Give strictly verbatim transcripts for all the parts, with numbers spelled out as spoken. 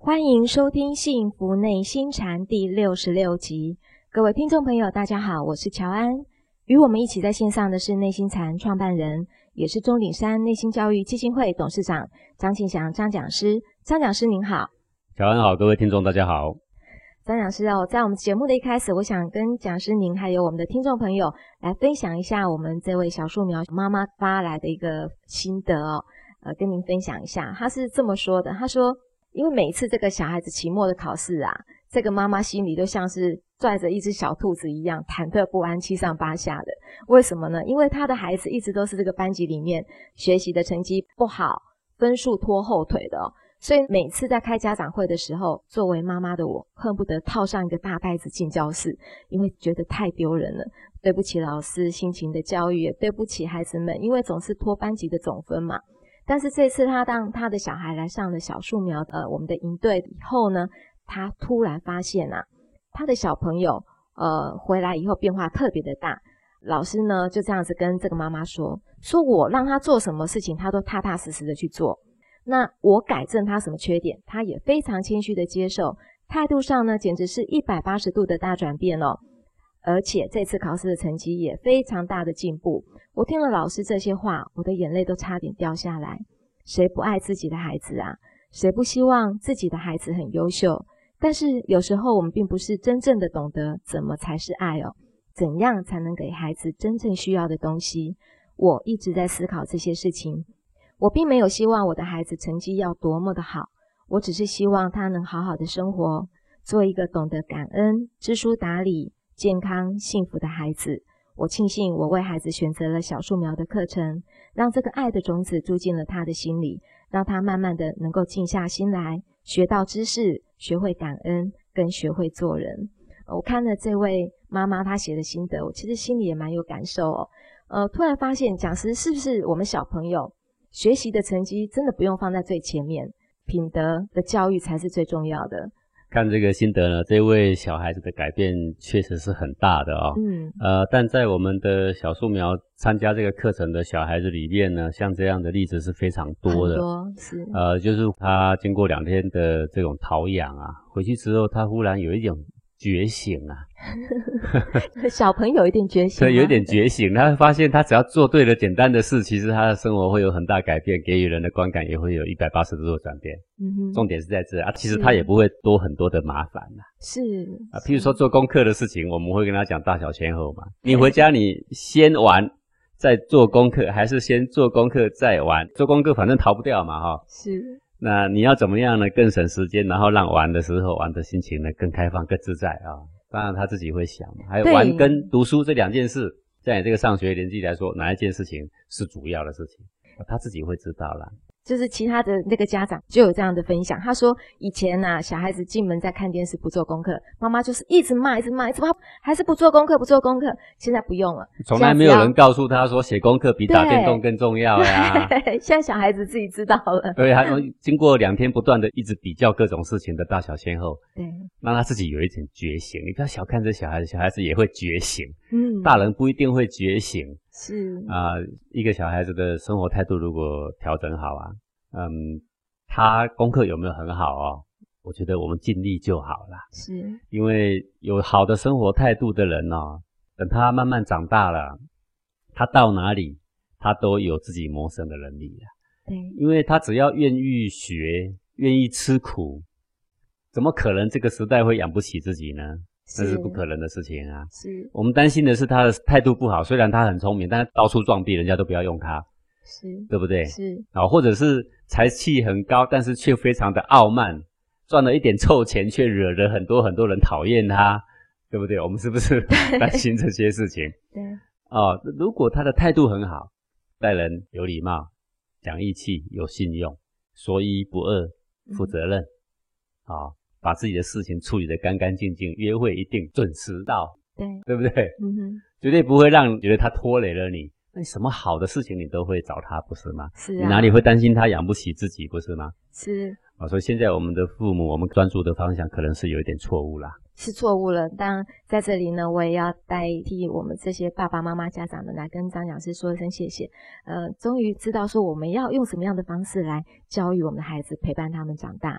欢迎收听《幸福内心禅》第六十六集。各位听众朋友，大家好，我是乔安。与我们一起在线上的是内心禅创办人，也是钟岭山内心教育基金会董事长张庆祥张讲师。张讲师您好。 乔安好，各位听众大家好。 张讲师哦，在我们节目的一开始，我想跟讲师您还有我们的听众朋友来分享一下我们这位小树苗妈妈发来的一个心得哦，呃，跟您分享一下。她是这么说的，她说因为每一次这个小孩子期末的考试啊，这个妈妈心里都像是拽着一只小兔子一样忐忑不安七上八下的。为什么呢？因为她的孩子一直都是这个班级里面学习的成绩不好，分数拖后腿的哦。所以每次在开家长会的时候，作为妈妈的我恨不得套上一个大袋子进教室，因为觉得太丢人了。对不起老师辛勤的教育，也对不起孩子们，因为总是拖班级的总分嘛。但是这次他当他的小孩来上了小树苗呃我们的营队以后呢，他突然发现啊，他的小朋友呃回来以后变化特别的大。老师呢就这样子跟这个妈妈说，说我让他做什么事情他都踏踏实实的去做。那我改正他什么缺点，他也非常谦虚的接受，态度上呢简直是一百八十度的大转变哦。而且这次考试的成绩也非常大的进步。我听了老师这些话，我的眼泪都差点掉下来。谁不爱自己的孩子啊？谁不希望自己的孩子很优秀？但是有时候我们并不是真正的懂得怎么才是爱哦，怎样才能给孩子真正需要的东西。我一直在思考这些事情。我并没有希望我的孩子成绩要多么的好，我只是希望他能好好的生活，做一个懂得感恩、知书达理、健康、幸福的孩子。我庆幸我为孩子选择了小树苗的课程，让这个爱的种子住进了他的心里，让他慢慢的能够静下心来，学到知识，学会感恩，跟学会做人。我看了这位妈妈她写的心得，我其实心里也蛮有感受哦。呃，突然发现讲师是不是我们小朋友学习的成绩真的不用放在最前面，品德的教育才是最重要的。 看这个心得呢，这位小孩子的改变确实是很大的哦。嗯，呃，但在我们的小树苗参加这个课程的小孩子里面呢，像这样的例子是非常多的。 很多是。 呃，就是他经过两天的这种陶养啊，回去之后他忽然有一种觉醒啊。 小朋友有一点觉醒， 对，有一点觉醒。他会发现他只要做对了简单的事，其实他的生活会有很大改变，给予人的观感也会有一百八十度的转变。嗯哼，重点是在这啊，其实他也不会多很多的麻烦啦。 是啊，譬如说做功课的事情，我们会跟他讲大小先后嘛。你回家你先玩再做功课，还是先做功课再玩？做功课反正逃不掉嘛，哈。 是。那你要怎么样呢？更省时间，然后让玩的时候玩的心情呢更开放、更自在啊。当然他自己会想，还有玩跟读书这两件事，在你这个上学年纪来说，哪一件事情是主要的事情，他自己会知道啦。 就是其他的那个家长就有这样的分享，他说以前啊小孩子进门在看电视不做功课，妈妈就是一直骂一直骂一直骂，还是不做功课不做功课。现在不用了， 从来没有人告诉他说写功课比打电动更重要呀。 现在小孩子自己知道了。 对，他经过两天不断的一直比较各种事情的大小先后，对，让他自己有一点觉醒。你不要小看这小孩子，小孩子也会觉醒。嗯，大人不一定会觉醒。 是啊、呃，一个小孩子的生活态度如果调整好啊，嗯，他功课有没有很好哦？我觉得我们尽力就好啦。 是， 因为有好的生活态度的人哦，等他慢慢长大了，他到哪里他都有自己谋生的能力啦。 对， 因为他只要愿意学，愿意吃苦，怎么可能这个时代会养不起自己呢？那是不可能的事情啊！ 是， 我们担心的是他的态度不好，虽然他很聪明，但是到处撞壁，人家都不要用他， 是， 对不对？ 是啊，或者是才气很高，但是却非常的傲慢，赚了一点臭钱，却惹得很多很多人讨厌他，对不对？我们是不是担心这些事情？ 对， 哦，如果他的态度很好，待人有礼貌，讲义气，有信用，说一不二，负责任，啊、嗯。哦，把自己的事情处理得干干净净，约会一定准时到， 对， 对不对？ 嗯哼， 绝对不会让你觉得他拖累了你。那你什么好的事情你都会找他，不是吗？ 是啊。 你哪里会担心他养不起自己，不是吗？ 是啊，所以现在我们的父母，我们专注的方向可能是有一点错误啦。 是错误了。当然在这里呢，我也要代替我们这些爸爸妈妈家长们来跟张讲师说一声谢谢。呃，终于知道说我们要用什么样的方式来教育我们的孩子，陪伴他们长大。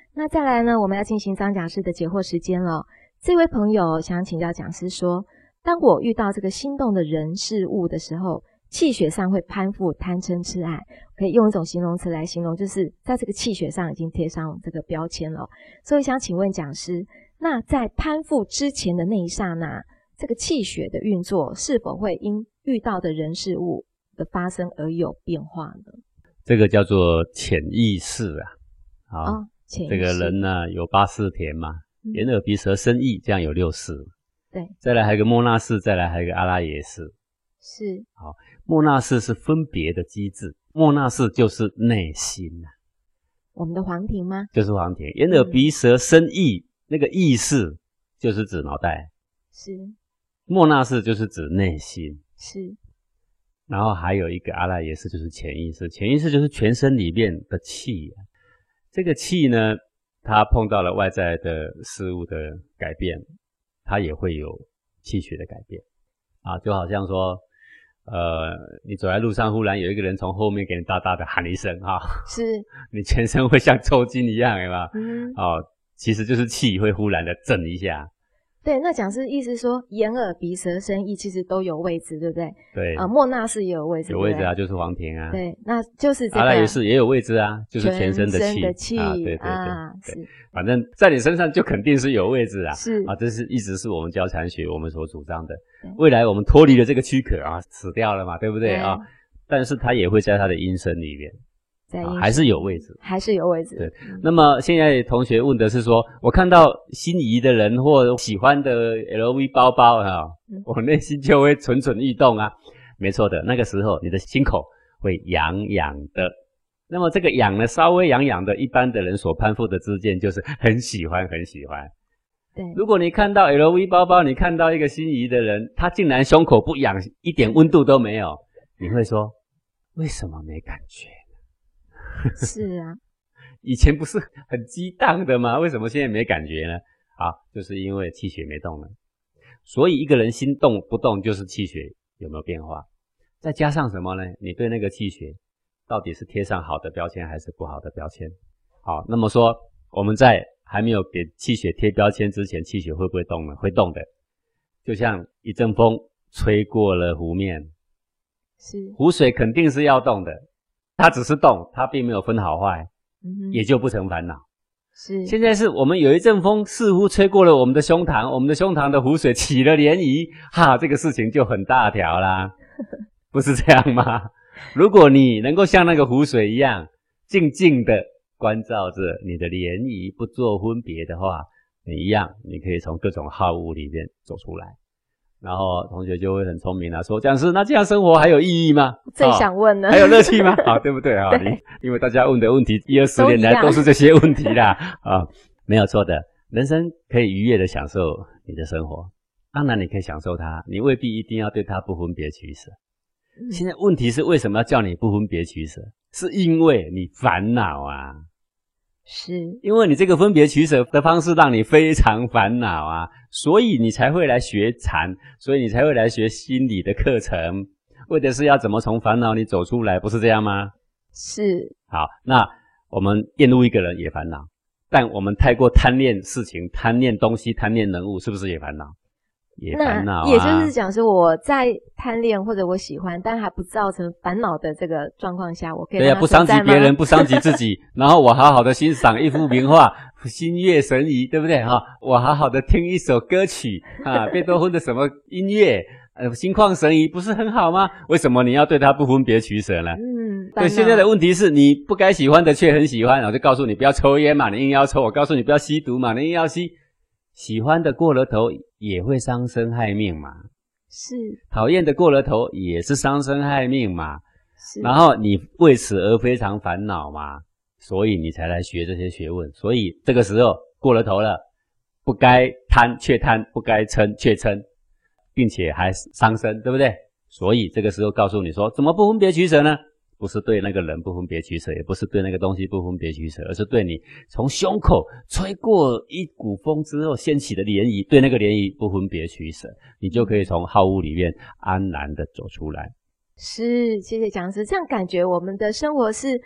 那再来呢，我们要进行张讲师的解惑时间了。这位朋友想请教讲师说，当我遇到这个心动的人事物的时候，气血上会攀附、贪嗔痴爱，可以用一种形容词来形容，就是在这个气血上已经贴上这个标签了。所以想请问讲师，那在攀附之前的那一刹那，这个气血的运作是否会因遇到的人事物的发生而有变化呢？这个叫做潜意识啊。好， 哦，潜意识。 这个人呢有八识田嘛，嗯、眼耳鼻舌身意，这样有六识。 对， 再来还有个莫那识，再来还有个阿拉耶识。 是。 好，莫那识是分别的机制，莫那识就是内心啊。 我们的黄庭吗？ 就是黄庭。眼耳鼻舌身意、嗯、那个意识就是指脑袋。 是。 莫那识就是指内心。 是。 然后还有一个阿拉耶识，就是潜意识。潜意识就是全身里面的气、啊、这个气呢，它碰到了外在的事物的改变，它也会有气血的改变啊，就好像说呃，你走在路上，忽然有一个人从后面给你大大的喊一声啊， 是， 你全身会像抽筋一样，有没有？ 嗯， 哦，其实就是气会忽然的震一下。 对，那讲师意思说，眼耳鼻舌身意其实都有位置，对不对？ 对啊，莫那识也有位置， 有位置啊，就是黄庭啊。 对，那就是这个。 阿拉耶识也有位置啊，就是全身的气。 全身的气啊，对对对， 啊， 对对，反正在你身上就肯定是有位置啊。 是啊， 这是一直是我们教禅学我们所主张的。未来我们脱离了这个躯壳啊，死掉了嘛，对不对啊？但是它也会在它的阴身里面。 在啊、还是有位置， 还是有位置。 对，嗯、那么现在同学问的是说，我看到心仪的人或喜欢的 L V 包包啊，嗯、我内心就会蠢蠢欲动啊。没错的，那个时候你的心口会痒痒的。那么这个痒呢，稍微痒痒的，一般的人所攀附的之见就是很喜欢，很喜欢。 对， 如果你看到 L V 包包，你看到一个心仪的人，他竟然胸口不痒，一点温度都没有，你会说为什么没感觉？ 是啊， 以前不是很激荡的吗？为什么现在没感觉呢？好，就是因为气血没动了。所以一个人心动不动，就是气血有没有变化。再加上什么呢？你对那个气血到底是贴上好的标签还是不好的标签？好，那么说我们在还没有给气血贴标签之前，气血会不会动呢？会动的。就像一阵风吹过了湖面， 是湖水肯定是要动的。它只是动，它并没有分好坏，嗯、也就不成烦恼。 是，现在是我们有一阵风似乎吹过了我们的胸膛，我们的胸膛的湖水起了涟漪，哈，这个事情就很大条啦，不是这样吗？如果你能够像那个湖水一样，静静的关照着你的涟漪，不做分别的话，你一样，你可以从各种好恶里面走出来。然后同学就会很聪明啦，说讲师，那这样生活还有意义吗？ 最想问呢、 哦，还有乐趣吗？啊，对不对啊？ 对， 因为大家问的问题一二十年来都是这些问题啦，啊，没有错的。人生可以愉悦的享受你的生活，当然你可以享受它，你未必一定要对它不分别取舍。嗯、现在问题是为什么要叫你不分别取舍？是因为你烦恼啊。 是因为你这个分别取舍的方式让你非常烦恼啊，所以你才会来学禅，所以你才会来学心理的课程，为的是要怎么从烦恼里走出来，不是这样吗？ 是。 好，那我们厌恶一个人也烦恼，但我们太过贪恋事情，贪恋东西，贪恋人物，是不是也烦恼？也烦恼啊。 那也就是讲说我在贪恋或者我喜欢，但还不造成烦恼的这个状况下，我可以让它对啊，不伤及别人，不伤及自己，然后我好好的欣赏一幅名画，心悦神怡，对不对哈？我好好的听一首歌曲啊，贝多芬的什么音乐，呃，心旷神怡，不是很好吗？为什么你要对他不分别取舍呢？ 嗯， 对，现在的问题是你不该喜欢的却很喜欢，我就告诉你不要抽烟嘛，你硬要抽；我告诉你不要吸毒嘛，你硬要吸。喜欢的过了头也会伤身害命嘛， 是。 讨厌的过了头也是伤身害命嘛， 是。 然后你为此而非常烦恼嘛，所以你才来学这些学问。所以这个时候过了头了，不该贪却贪，不该嗔却嗔，并且还伤身，对不对？所以这个时候告诉你说，怎么不分别取舍呢？不是对那个人不分别取舍，也不是对那个东西不分别取舍，而是对你从胸口吹过一股风之后掀起的涟漪，对那个涟漪不分别取舍，你就可以从好恶里面安然的走出来。 是，谢谢讲师。这样感觉我们的生活是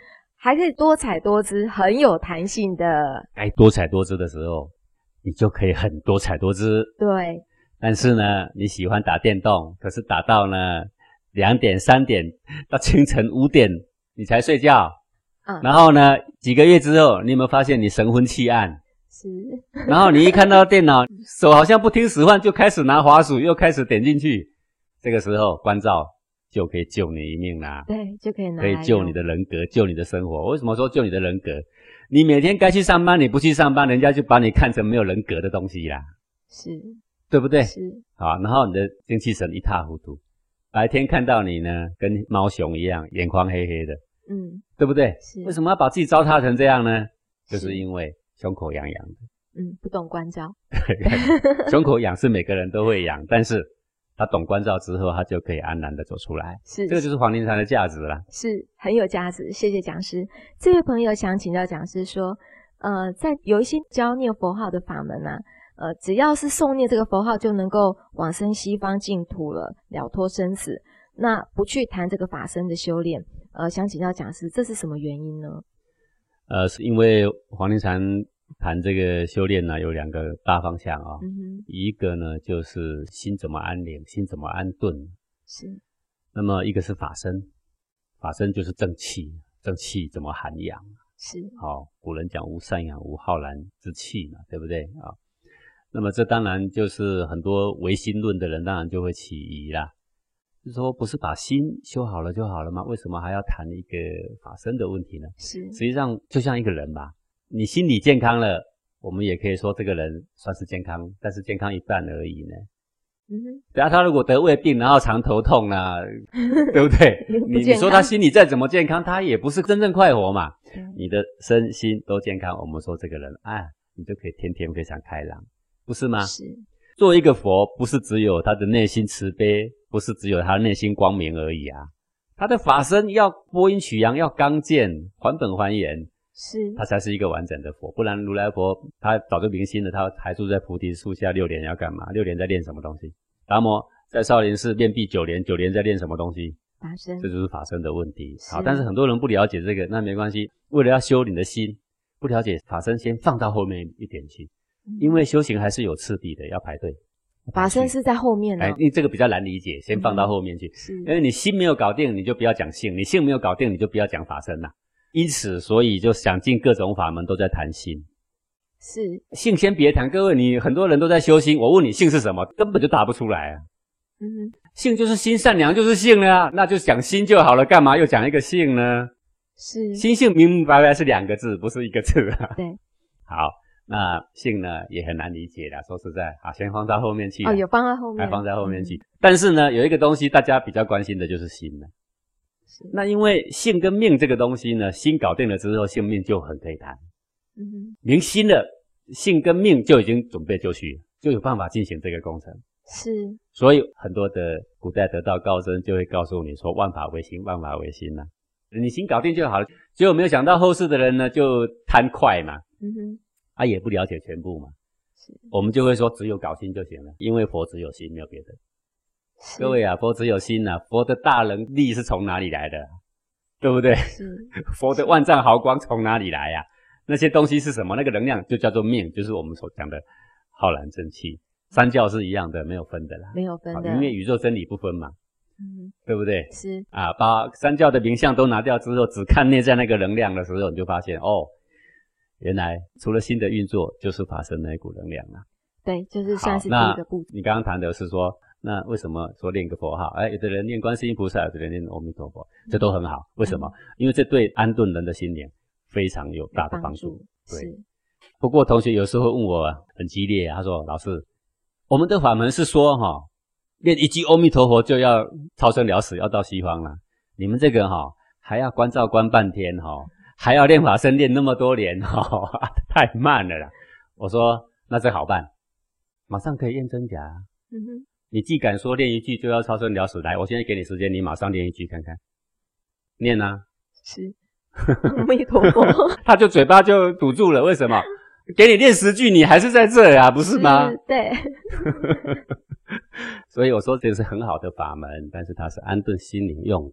还可以多彩多姿，很有弹性的。 该多彩多姿的时候，你就可以很多彩多姿。 对。 但是呢，你喜欢打电动，可是打到呢两点、三点到清晨五点你才睡觉。嗯。然后呢，几个月之后，你有没有发现你神昏气暗？ 是。 然后你一看到电脑，手好像不听使唤，就开始拿滑鼠，又开始点进去。这个时候关照就可以救你一命啦。 对，就可以拿来可以救你的人格，救你的生活。为什么说救你的人格？你每天该去上班，你不去上班，人家就把你看成没有人格的东西啦。 是。对不对？ 是。 好，然后你的精气神一塌糊涂。白天看到你呢，跟猫熊一样，眼眶黑黑的。嗯。对不对？是。为什么要把自己糟蹋成这样呢？就是因为胸口痒痒的。 嗯，不懂关照。 对，胸口痒是每个人都会痒，但是他懂关照之后，他就可以安然的走出来。是。这个就是黄庭禅的价值啦。 是，很有价值。谢谢讲师。这位朋友想请教讲师说，呃，在有一些教念佛号的法门啊，呃，只要是诵念这个佛号就能够往生西方净土了，了脱生死。那不去谈这个法身的修炼，呃，想请教讲师，这是什么原因呢？ 呃，是因为黄庭禅谈这个修炼呢，有两个大方向啊、哦嗯。一个呢就是心怎么安宁，心怎么安顿。是。那么一个是法身，法身就是正气，正气怎么涵养。是。好、哦，古人讲无善养无浩然之气嘛，对不对啊？那么这当然就是很多唯心论的人当然就会起疑啦，就是说不是把心修好了就好了吗？为什么还要谈一个法身的问题呢？是。实际上就像一个人吧，你心理健康了，我们也可以说这个人算是健康，但是健康一半而已呢。嗯哼。等下他如果得胃病，然后常头痛啊，对不对？你你说他心理再怎么健康，他也不是真正快活嘛。你的身心都健康，我们说这个人啊，你就可以天天非常开朗。不是吗？是。做一个佛，不是只有他的内心慈悲，不是只有他内心光明而已啊。他的法身要播音取扬，要刚健，还本还原，是。他才是一个完整的佛。不然如来佛他早就明心了，他还住在菩提树下六年要干嘛？六年在练什么东西？达摩在少林寺面壁九年，九年在练什么东西？法身。这就是法身的问题。好，但是很多人不了解这个，那没关系。为了要修你的心，不了解法身，先放到后面一点去。因为修行还是有次第的，要排队。 法身是在后面呢、哦。 哎，你这个比较难理解，先放到后面去。嗯、是。因为你心没有搞定，你就不要讲性；你性没有搞定，你就不要讲法身啦。因此，所以就想尽各种法门都在谈心。是。性先别谈，各位，你很多人都在修心，我问你性是什么，根本就答不出来啊。嗯。性就是心，善良就是性了啊，那就讲心就好了，干嘛又讲一个性呢？是。心性明明白白是两个字，不是一个字啊。对。好。那性呢也很难理解啦，说实在，好，先放到后面去。 哦，有放在后面， 还放在后面去、嗯。但是呢，有一个东西大家比较关心的就是心呢。是。那因为性跟命这个东西呢，心搞定了之后，性命就很可以谈。嗯。明心了，性跟命就已经准备就绪，就有办法进行这个工程。是。所以很多的古代得道高僧就会告诉你说，万法唯心，万法唯心啊，你心搞定就好了。结果没有想到后世的人呢，就贪快嘛。嗯哼。啊，也不了解全部嘛，是。我们就会说只有搞心就行了，因为佛只有心，没有别的。各位啊，佛只有心啊，佛的大能力是从哪里来的？对不对？是。佛的万丈豪光从哪里来呀、啊？那些东西是什么？那个能量就叫做命，就是我们所讲的浩然正气。三教是一样的，没有分的啦， 没有分的， 因为宇宙真理不分嘛。嗯，对不对？ 是。 啊，把三教的名相都拿掉之后，只看内在那个能量的时候，你就发现哦。原来除了心的运作，就是法身那一股能量啦。 对，就是算是第一个步骤。 你刚刚谈的是说，那为什么说念个佛号？哎，有的人念观世音菩萨，有的人念阿弥陀佛，这都很好。为什么？嗯、因为这对安顿人的心灵非常有大的帮助。对。不过同学有时候问我很激烈，他说：“老师，我们的法门是说哈，念一句阿弥陀佛就要超生了死，要到西方了。你们这个哈还要关照关半天哈。”还要练法身练那么多年哦，太慢了啦。我说那这好办，马上可以验真假。嗯哼，你既敢说练一句就要超生了死，来，我现在给你时间，你马上练一句看看，念啊。 是，阿弥陀佛。 他就嘴巴就堵住了，为什么？给你练十句，你还是在这呀、啊，不是吗？ 是对。 所以我说这是很好的法门，但是它是安顿心灵用的。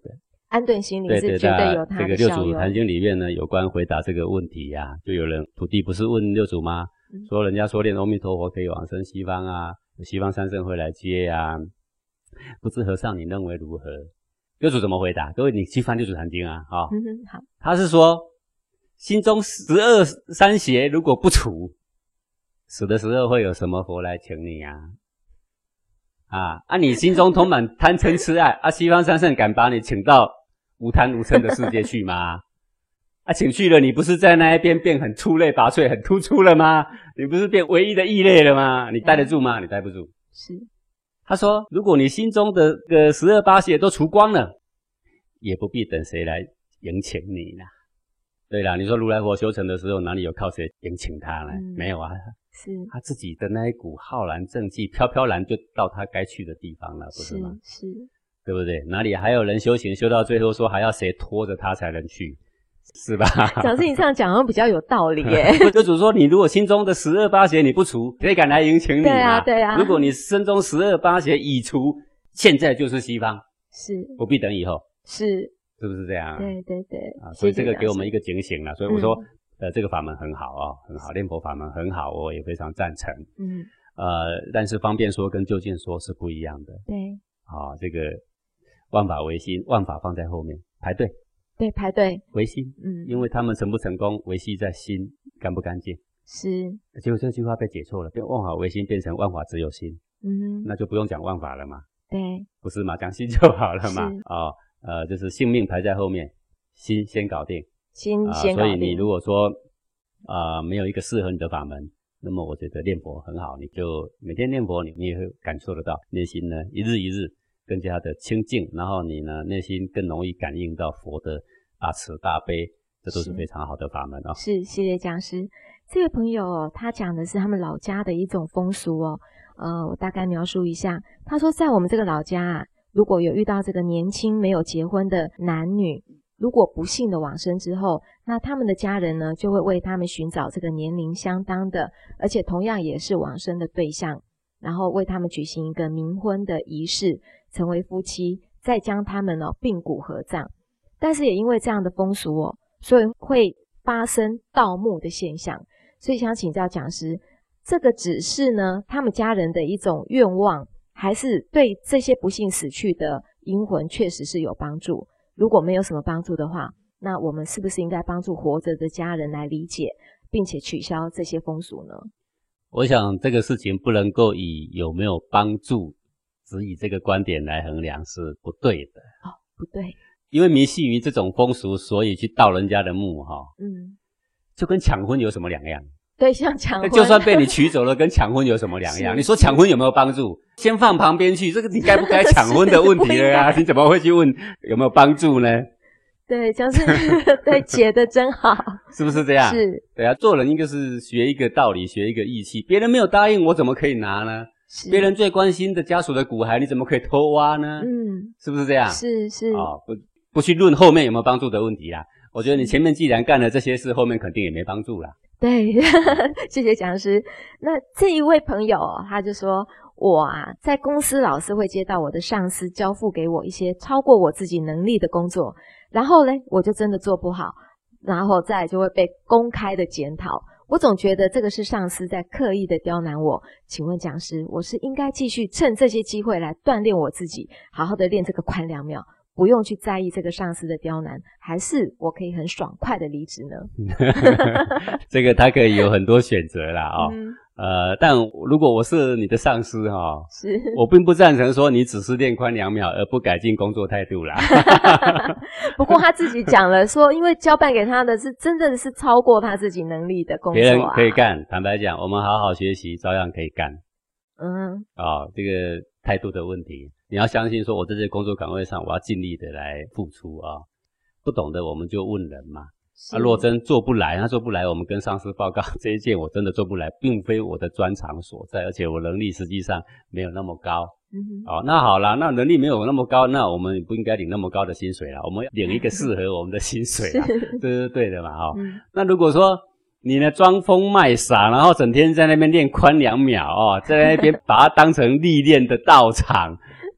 安顿心灵对对是绝对有它这个六的效用。 祖坛经里面呢，有关回答这个问题啊，就有人徒弟不是问六祖吗？ 嗯、 说人家说念阿弥陀佛可以往生西方啊，西方三圣会来接啊，不知和尚你认为如何？六祖怎么回答？各位你去翻六祖坛经啊，啊、哦嗯哼，好， 他是说心中十恶三邪如果不除，死的时候会有什么佛来请你啊？啊啊！你心中充满贪嗔痴爱啊，西方三圣敢把你请到无贪无嗔的世界去吗？啊，请去了，你不是在那一边变很出类拔萃、很突出了吗？你不是变唯一的异类了吗？你待得住吗？你待不住。 是。 他说，如果你心中的个十恶八邪都除光了，也不必等谁来迎请你啦。对啦，你说如来佛修成的时候，哪里有靠谁迎请他呢？嗯、没有啊。 是他自己的那一股浩然正气飘飘然就到他该去的地方了，不是吗？ 是，是对不对？哪里还有人修行修到最后说还要谁拖着他才能去，是吧？ 讲是你这样讲好像比较有道理耶。 就主说你如果心中的十恶八邪你不除，谁敢来迎请你？ 对啊对啊。 如果你心中十恶八邪已除，现在就是西方， 是不必等以后， 是是不是这样？ 对对对啊，所以这个给我们一个警醒了。所以我说。 嗯呃，这个法门很好哦，很好，念佛法门很好，我也非常赞成。 嗯， 呃，但是方便说跟究竟说是不一样的。 对， 啊、哦，这个万法唯心，万法放在后面排队。 对，排队唯心， 嗯， 因为他们成不成功，唯系在心干不干净。 是， 结果这句话被解错了，变万法唯心变成万法只有心， 嗯， 那就不用讲万法了嘛。 对， 不是嘛？讲心就好了嘛。啊、哦，呃，就是性命排在后面，心先搞定。 心先搞定、 呃、所以你如果说啊、呃、没有一个适合你的法门，那么我觉得念佛很好，你就每天念佛，你你也会感受得到内心呢一日一日更加的清净，然后你呢内心更容易感应到佛的大慈大悲，这都是非常好的法门哦。 是，谢谢讲师。这位朋友哦，他讲的是他们老家的一种风俗哦，呃，我大概描述一下。他说在我们这个老家啊，如果有遇到这个年轻没有结婚的男女，如果不幸的往生之后，那他们的家人呢，就会为他们寻找这个年龄相当的，而且同样也是往生的对象，然后为他们举行一个冥婚的仪式，成为夫妻，再将他们哦并骨合葬。但是也因为这样的风俗哦，所以会发生盗墓的现象。所以想请教讲师，这个只是呢他们家人的一种愿望，还是对这些不幸死去的阴魂确实是有帮助？如果没有什么帮助的话，那我们是不是应该帮助活着的家人来理解，并且取消这些风俗呢？ 我想这个事情不能够以有没有帮助，只以这个观点来衡量是不对的。 哦，不对， 因为迷信于这种风俗，所以去盗人家的墓哈， 嗯， 就跟抢婚有什么两样？ 对，像抢婚， 就算被你娶走了，跟抢婚有什么两样？你说抢婚有没有帮助？先放旁边去，这个你该不该抢婚的问题了呀、啊？你怎么会去问有没有帮助呢？ 对，讲是对解得真好， 是不是这样？ 是， 对啊，做人应该是学一个道理，学一个义气。别人没有答应，我怎么可以拿呢？别人最关心的家属的骨骸，你怎么可以偷挖呢？嗯，是不是这样？ 是是哦，不不去论后面有没有帮助的问题啦。我觉得你前面既然干了这些事，后面肯定也没帮助啦。 对，谢谢讲师。那这一位朋友他就说，我啊在公司老是会接到我的上司交付给我一些超过我自己能力的工作，然后呢我就真的做不好，然后再就会被公开的检讨。我总觉得这个是上司在刻意的刁难我。请问讲师，我是应该继续趁这些机会来锻炼我自己，好好的练这个宽两秒，不用去在意这个上司的刁难，还是我可以很爽快的离职呢？ 这个他可以有很多选择啦哦、 嗯、 呃，但如果我是你的上司哈、哦， 是我并不赞成说你只是练宽两秒而不改进工作态度啦。 不过他自己讲了说，因为交办给他的是真的是超过他自己能力的工作、啊， 别人可以干。坦白讲，我们好好学习，照样可以干。 嗯， 哦，这个态度的问题，你要相信说我在这个工作岗位上，我要尽力的来付出啊、哦。不懂的我们就问人嘛。啊，若真做不来，他做不来，我们跟上司报告这一件我真的做不来，并非我的专长所在，而且我能力实际上没有那么高。嗯哼，哦，那好啦，那能力没有那么高，那我们不应该领那么高的薪水啦，我们要领一个适合我们的薪水啦，这是对的嘛，哦、嗯。那如果说你呢装疯卖傻，然后整天在那边练宽两秒哦，在那边把它当成历练的道场，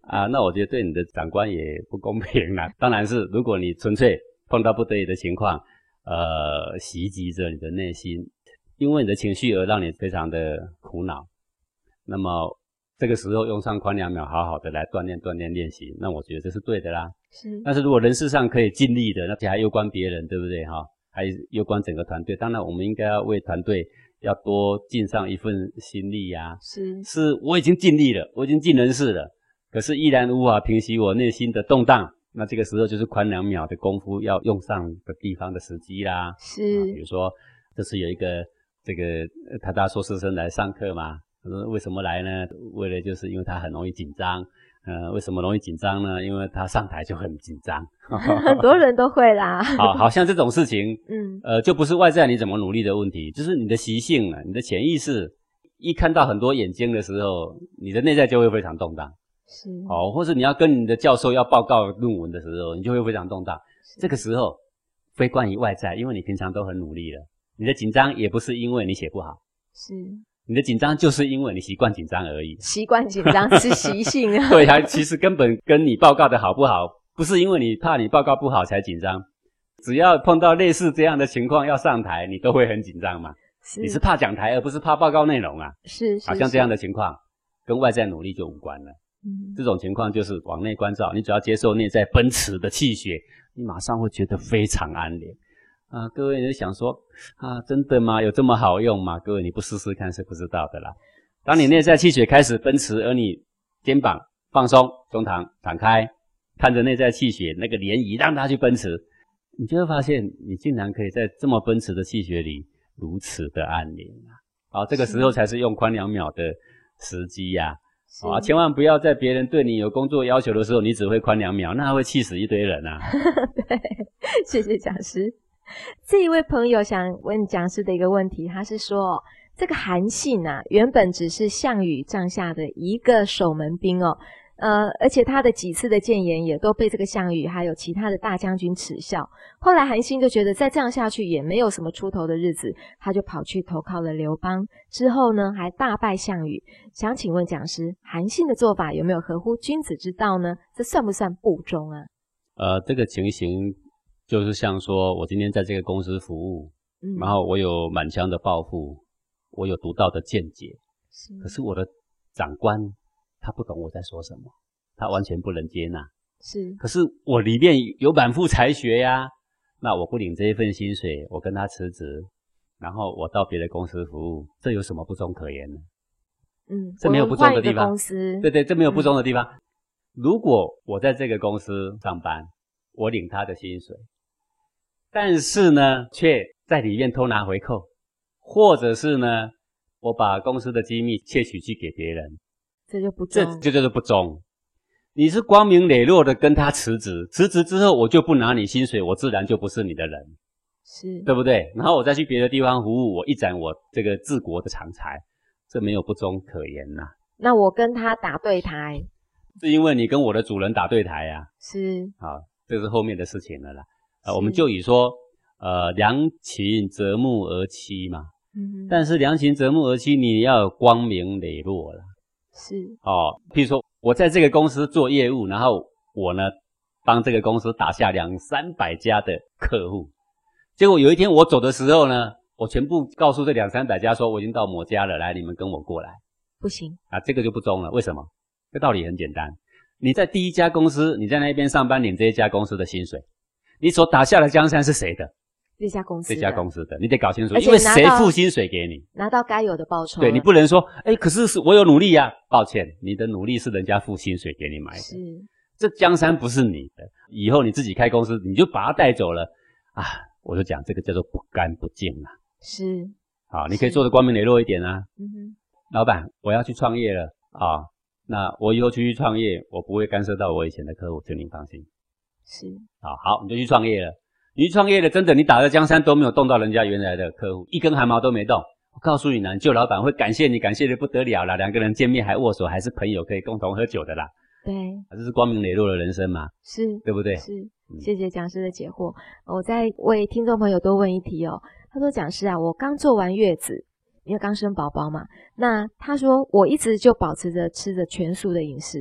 啊，那我觉得对你的长官也不公平啦。当然是，如果你纯粹碰到不得已的情况，呃，袭击着你的内心，因为你的情绪而让你非常的苦恼，那么这个时候用上宽两秒，好好的来锻炼锻炼练习，那我觉得这是对的啦。 是。 但是如果人事上可以尽力的，而且还攸关别人，对不对哈？还攸关整个团队，当然我们应该要为团队要多尽上一份心力呀。 是。 是我已经尽力了，我已经尽人事了，可是依然无法平息我内心的动荡。那这个时候就是宽两秒的功夫要用上的地方的时机啦。 是。 啊，比如说这次有一个这个台大硕士生来上课嘛，他说为什么来呢？为了就是因为他很容易紧张。呃，为什么容易紧张呢？因为他上台就很紧张。 很多人都会啦。 好，好像这种事情， 嗯， 呃，就不是外在你怎么努力的问题，就是你的习性啊，你的潜意识，一看到很多眼睛的时候，你的内在就会非常动荡。 是。 哦，或是你要跟你的教授要报告论文的时候，你就会非常动荡。这个时候，非关于外在，因为你平常都很努力了，你的紧张也不是因为你写不好。 是。 你的紧张就是因为你习惯紧张而已， 习惯紧张是习性啊。 对啊，其实根本跟你报告的好不好，不是因为你怕你报告不好才紧张，只要碰到类似这样的情况要上台，你都会很紧张嘛。是。你是怕讲台而不是怕报告内容啊。 是是。 好像这样的情况跟外在努力就无关了。嗯，这种情况就是往内关照，你只要接受内在奔驰的气血，你马上会觉得非常安宁。啊，各位，你就想说啊，真的吗？有这么好用吗？各位，你不试试看是不知道的啦。当你内在气血开始奔驰，而你肩膀放松，胸膛敞开，看着内在气血那个涟漪，让它去奔驰，你就会发现，你竟然可以在这么奔驰的气血里如此的安宁啊！好，这个时候才是用宽两秒的时机呀、啊！啊，千万不要在别人对你有工作要求的时候，你只会宽两秒，那会气死一堆人啊！ 对，谢谢讲师。这一位朋友想问讲师的一个问题，他是说这个韩信啊，原本只是项羽帐下的一个守门兵哦，呃，而且他的几次的谏言也都被这个项羽还有其他的大将军耻笑。后来韩信就觉得再这样下去也没有什么出头的日子，他就跑去投靠了刘邦，之后呢还大败项羽。想请问讲师，韩信的做法有没有合乎君子之道呢？这算不算不忠啊？ 呃，这个情形就是像说我今天在这个公司服务，嗯，然后我有满腔的抱负，我有独到的见解，是，可是我的长官他不懂我在说什么，他完全不能接纳，是，可是我里面有满腹才学呀，那我不领这一份薪水，我跟他辞职，然后我到别的公司服务，这有什么不忠可言呢？嗯，这没有不忠的地方。 公司， 对对，这没有不忠的地方。嗯，如果我在这个公司上班，我领他的薪水，但是呢，却在里面偷拿回扣，或者是呢，我把公司的机密窃取去给别人， 这就不忠， 这就是不忠。你是光明磊落的跟他辞职，辞职之后我就不拿你薪水，我自然就不是你的人，是，对不对？然后我再去别的地方服务，我一展我这个治国的长才，这没有不忠可言呐、啊。 那我跟他打对台， 是因为你跟我的主人打对台啊， 是， 好，这是后面的事情了啦。呃，我们就以说，呃，良禽择木而栖嘛，嗯，但是良禽择木而栖，你要有光明磊落啦，是，哦，譬如说我在这个公司做业务，然后我呢帮这个公司打下两三百家的客户，结果有一天我走的时候呢，我全部告诉这两三百家说我已经到某家了，来你们跟我过来， 不行啊，这个就不忠了。为什么？这道理很简单，你在第一家公司，你在那边上班领这一家公司的薪水，你所打下的江山是谁的？ 这家公司的， 这家公司的，你得搞清楚，因为谁付薪水给你， 拿到该有的报酬。 对，你不能说，哎，可是是我有努力呀、啊。抱歉，你的努力是人家付薪水给你买的，是，这江山不是你的。以后你自己开公司，你就把它带走了啊！我就讲这个叫做不干不净啊。是，好，你可以做得光明磊落一点啊。嗯哼，老板，我要去创业了啊，那我以后出去创业，我不会干涉到我以前的客户，请您放心。是，好，好，你就去创业了。你去创业了，真的，你打的江山都没有动到人家原来的客户，一根汗毛都没动。我告诉你呢，旧老板会感谢你，感谢的不得了啦，两个人见面还握手，还是朋友，可以共同喝酒的啦。对，这是光明磊落的人生嘛，是，对不对？是， 嗯、谢谢讲师的解惑。我再为听众朋友多问一题哦。他说，讲师啊，我刚做完月子，因为刚生宝宝嘛，那他说我一直就保持着吃着全素的饮食，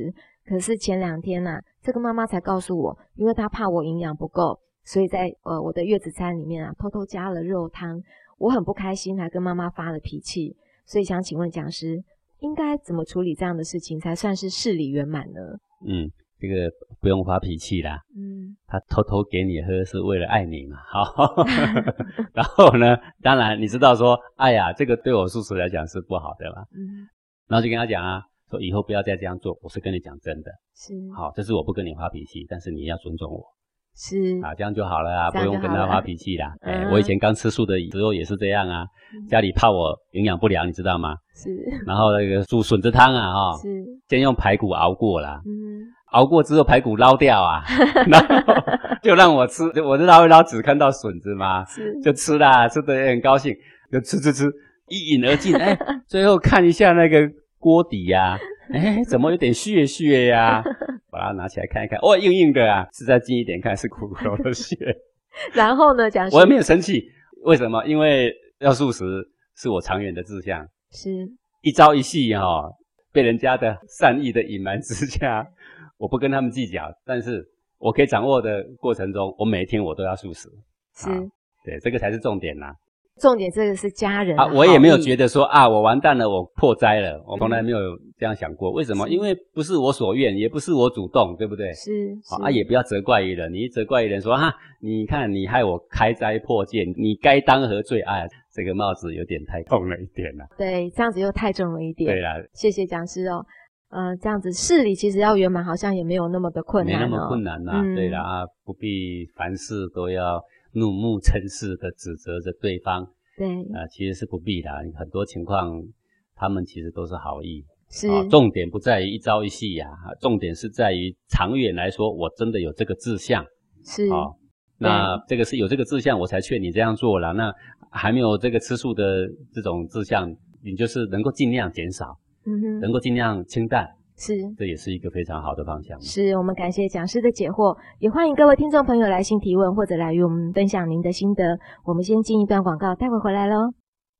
可是前两天啊，这个妈妈才告诉我，因为她怕我营养不够，所以在呃我的月子餐里面啊，偷偷加了肉汤。我很不开心，还跟妈妈发了脾气。所以想请问讲师，应该怎么处理这样的事情才算是事理圆满呢？ 嗯，这个不用发脾气啦。嗯，他偷偷给你喝是为了爱你嘛。好，然后呢，当然你知道说，哎呀，这个对我素食来讲是不好的嘛。嗯，然后就跟他讲啊，说以后不要再这样做，我是跟你讲真的。是，好，这是我不跟你发脾气，但是你要尊重我。是啊，这样就好了啊，不用跟他发脾气啦。哎、嗯欸，我以前刚吃素的时候也是这样啊，嗯、家里怕我营养不良，你知道吗？是。然后那个煮笋子汤啊，哈，是，先用排骨熬过啦，嗯，熬过之后排骨捞掉啊，然后就让我吃，我就捞一捞，只看到笋子嘛，是，就吃啦，吃得也很高兴，就吃吃吃，一饮而尽。哎、欸，最后看一下那个锅底呀、啊。哎、欸，怎么有点血血呀、啊？把它拿起来看一看，哦，硬硬的啊！是再近一点看，是骨头的血。 然后呢，讲师， 我也没有生气，为什么？因为要素食是我长远的志向，是一朝一夕哈、哦，被人家的善意的隐瞒之下，我不跟他们计较，但是我可以掌握的过程中，我每一天我都要素食。是，对，这个才是重点啦。 重点这个是家人啊，我也没有觉得说啊，我完蛋了，我破灾了，我从来没有这样想过。为什么？因为不是我所愿，也不是我主动，对不对？是，是啊，也不要责怪于人。你一责怪于人说哈，你看你害我开灾破戒，你该当何罪？哎，这个帽子有点太重了一点了。 对，这样子又太重了一点。 对啦， 谢谢讲师哦。呃，这样子事理其实要圆满，好像也没有那么的困难哦。 没那么困难啦、啊嗯，对啦，不必凡事都要怒目嗔视的指责着对方。对，呃，其实是不必的，很多情况他们其实都是好意。是、啊，重点不在于一朝一夕呀、啊，重点是在于长远来说，我真的有这个志向。是，啊，那这个是有这个志向，我才劝你这样做啦。那还没有这个吃素的这种志向，你就是能够尽量减少，嗯哼，能够尽量清淡。是，这也是一个非常好的方向。 是，我们感谢讲师的解惑，也欢迎各位听众朋友来信提问，或者来与我们分享您的心得。我们先进一段广告，待会回来咯。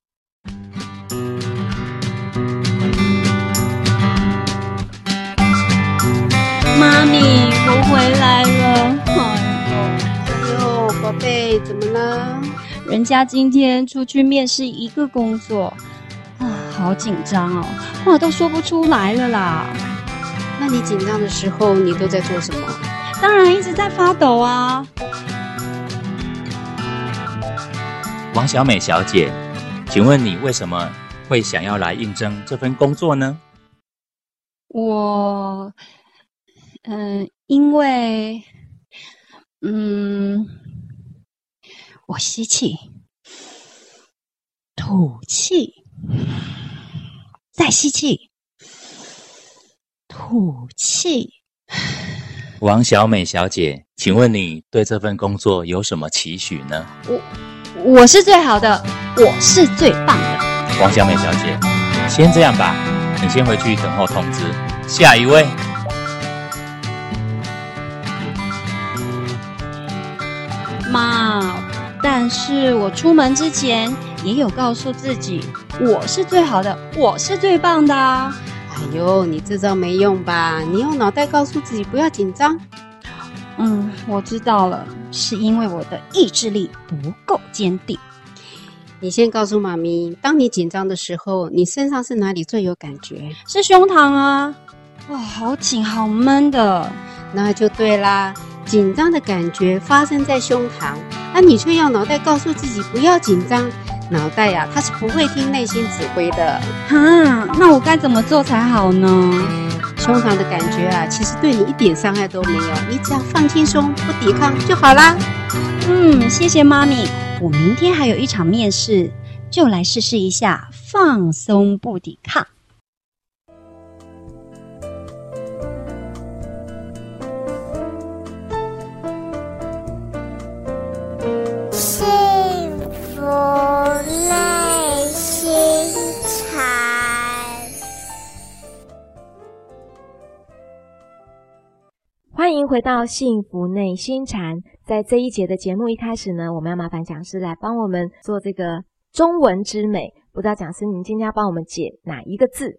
妈咪，我回来了。 哎呦，宝贝，怎么了？ 人家今天出去面试一个工作。啊，好紧张哦，话都说不出来了啦。 那你紧张的时候，你都在做什么？ 当然一直在发抖啊。 王小美小姐，请问你为什么会想要来应征这份工作呢？ 我，嗯、呃，因为，嗯，我吸气，吐气。再吸气，吐气。 王小美小姐，请问你对这份工作有什么期许呢？ 我我是最好的，我是最棒的。 王小美小姐，先这样吧，你先回去等候通知。下一位。 妈，但是我出门之前也有告诉自己，我是最好的，我是最棒的啊。 哎呦，你这招没用吧？你用脑袋告诉自己不要紧张。 嗯，我知道了，是因为我的意志力不够坚定。 你先告诉妈咪，当你紧张的时候，你身上是哪里最有感觉？ 是胸膛啊。哇，好紧好闷的。 那就对啦，紧张的感觉发生在胸膛，而、啊、你却要脑袋告诉自己不要紧张。脑袋呀、啊，它是不会听内心指挥的。 哈，那我该怎么做才好呢？ 胸膛的感觉啊，其实对你一点伤害都没有，你只要放轻松，不抵抗就好啦。 嗯，谢谢妈咪。我明天还有一场面试，就来试试一下放松不抵抗。 幸福内心禅， 欢迎回到幸福内心禅。在这一节的节目一开始呢，我们要麻烦讲师来帮我们做这个中文之美。不知道讲师您今天要帮我们解哪一个字？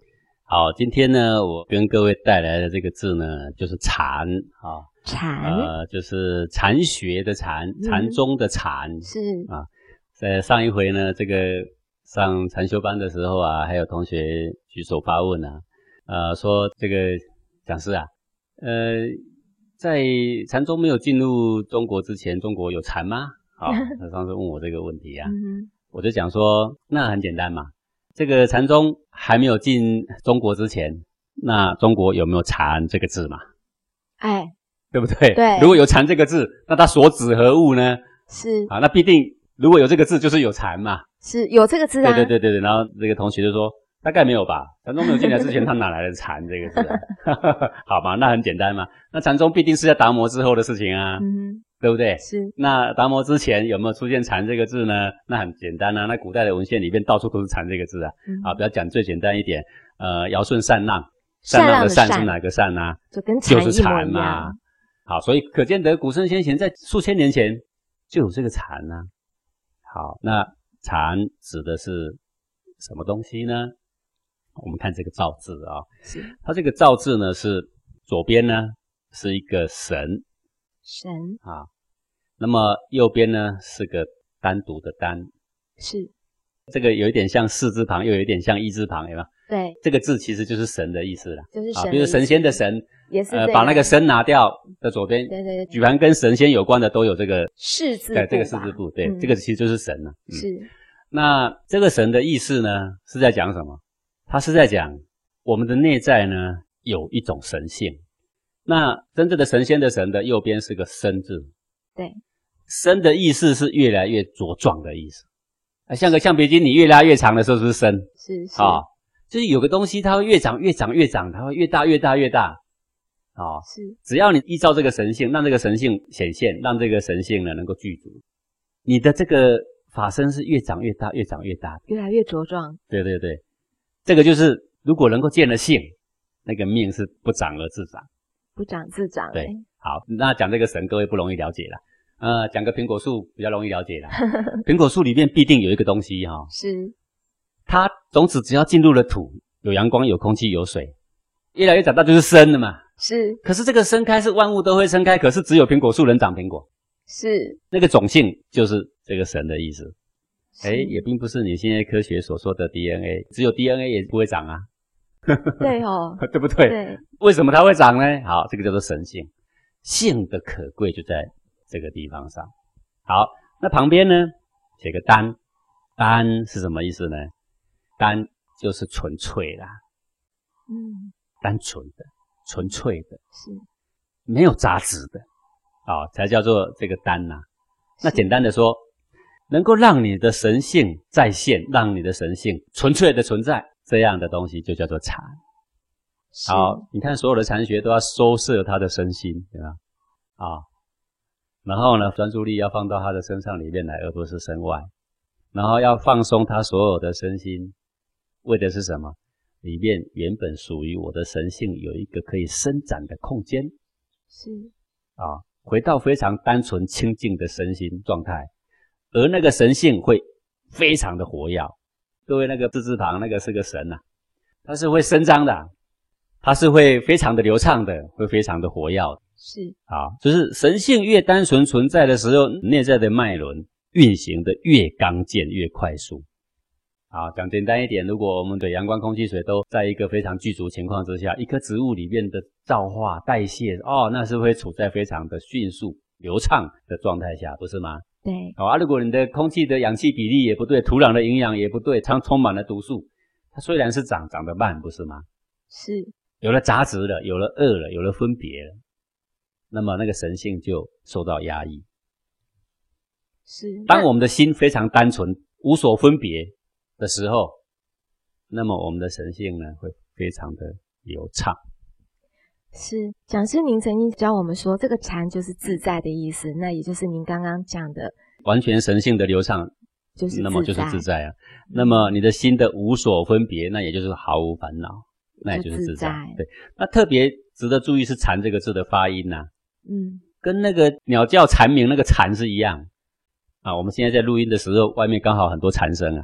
好，今天呢，我跟各位带来的这个字呢，就是禅啊， 禅， 呃，就是禅学的禅，禅宗的禅、 嗯、是啊。在上一回呢，这个上禅修班的时候啊，还有同学举手发问啊，呃，说这个讲师啊，呃，在禅宗没有进入中国之前，中国有禅吗？好，他上次问我这个问题啊， 嗯、 我就讲说，那很简单嘛，这个禅宗还没有进中国之前，那中国有没有禅这个字嘛？ 哎， 对不对？ 对， 如果有禅这个字，那它所指何物呢？ 是啊，那必定如果有这个字，就是有禅嘛。 是有这个字啊。 对对对对对，然后这个同学就说，大概没有吧，禅宗没有进来之前，他哪来的禅这个字啊？好嘛，那很简单嘛，那禅宗必定是在达摩之后的事情啊， 嗯， 对不对？ 是。 那达摩之前有没有出现禅这个字呢？那很简单啊，那古代的文献里面到处都是禅这个字啊。嗯、啊，不要讲最简单一点，呃，尧舜禅让，禅让的禅是哪个禅啊？ 就跟禅就是禅嘛。好，所以可见得古圣先贤在数千年前就有这个禅啊。好，那禅指的是什么东西呢？我们看这个造字啊、哦， 是它这个造字呢是左边呢是一个神， 神啊，那么右边呢是个单独的单， 是这个有一点像士字旁，又有一点像一字旁，有没有？ 对， 这个字其实就是神的意思啦， 就是神的意思， 啊，比如神仙的神， 也是、 呃、把那个神拿掉的左边， 对对对， 举凡跟神仙有关的都有这个士字部， 对，这个士字部，对、嗯，这个其实就是神了、嗯。 是， 那这个神的意思呢，是在讲什么？它是在讲我们的内在呢有一种神性。那真正的神仙的神的右边是个生字， 对， 生的意思是越来越茁壮的意思。啊，像个橡皮筋，你越拉越长的时候是不是生？ 是是啊、哦，就是有个东西它会越长越长越长，它会越大越大越大。啊、哦， 是， 只要你依照这个神性，让这个神性显现，让这个神性呢能够具足，你的这个法身是越长越大，越长越大， 越来越茁壮。 对对对，这个就是如果能够见了性，那个命是不长而自长， 不长自长。 对，好，那讲这个神，各位不容易了解了。呃，讲个苹果树比较容易了解啦。苹果树里面必定有一个东西哈、哦， 是它种子只要进入了土，有阳光、有空气、有水，越来越长大就是生了嘛。 是， 可是这个生开是万物都会生开，可是只有苹果树能长苹果。 是， 那个种性就是这个神的意思。诶，也并不是你现在科学所说的 D N A， 只有 D N A 也不会长啊。 对哦， 对不对？ 对。 为什么它会长呢？好，这个叫做神性，性的可贵就在这个地方上。好，那旁边呢写个单，单是什么意思呢？单就是纯粹啦， 嗯， 单纯的、纯粹的， 是没有杂质的，啊、哦，才叫做这个单呐、啊。那简单的说，能够让你的神性再现，让你的神性纯粹的存在，这样的东西就叫做禅。好，你看所有的禅学都要收摄他的身心，对吧？啊，然后呢，专注力要放到他的身上里面来，而不是身外。然后要放松他所有的身心，为的是什么？里面原本属于我的神性有一个可以伸展的空间。 是啊，回到非常单纯清净的身心状态，而那个神性会非常的活跃。各位，那个字字旁那个是个神啊，它是会伸张的，它是会非常的流畅的，会非常的活跃的。 是啊，就是神性越单纯存在的时候，内在的脉轮运行的越刚健越快速。好，讲简单一点，如果我们的阳光、空气、水都在一个非常具足情况之下，一棵植物里面的造化、代谢，哦，那是会处在非常的迅速、流畅的状态下，不是吗？ 对。 好啊，如果你的空气的氧气比例也不对，土壤的营养也不对，它充满了毒素，它虽然是长，长得慢，不是吗？ 是。 有了杂质了，有了恶了，有了分别了，那么那个神性就受到压抑。 是。 当我们的心非常单纯、无所分别的时候，那么我们的神性呢会非常的流畅。 是，讲师您曾经教我们说，这个禅就是自在的意思，那也就是您刚刚讲的完全神性的流畅， 就是那么就是自在啊。嗯、那么你的心的无所分别，那也就是毫无烦恼，那也就是自在。对，那特别值得注意是禅这个字的发音呐、啊， 嗯， 跟那个鸟叫蝉鸣那个蝉是一样啊。我们现在在录音的时候，外面刚好很多蝉声啊。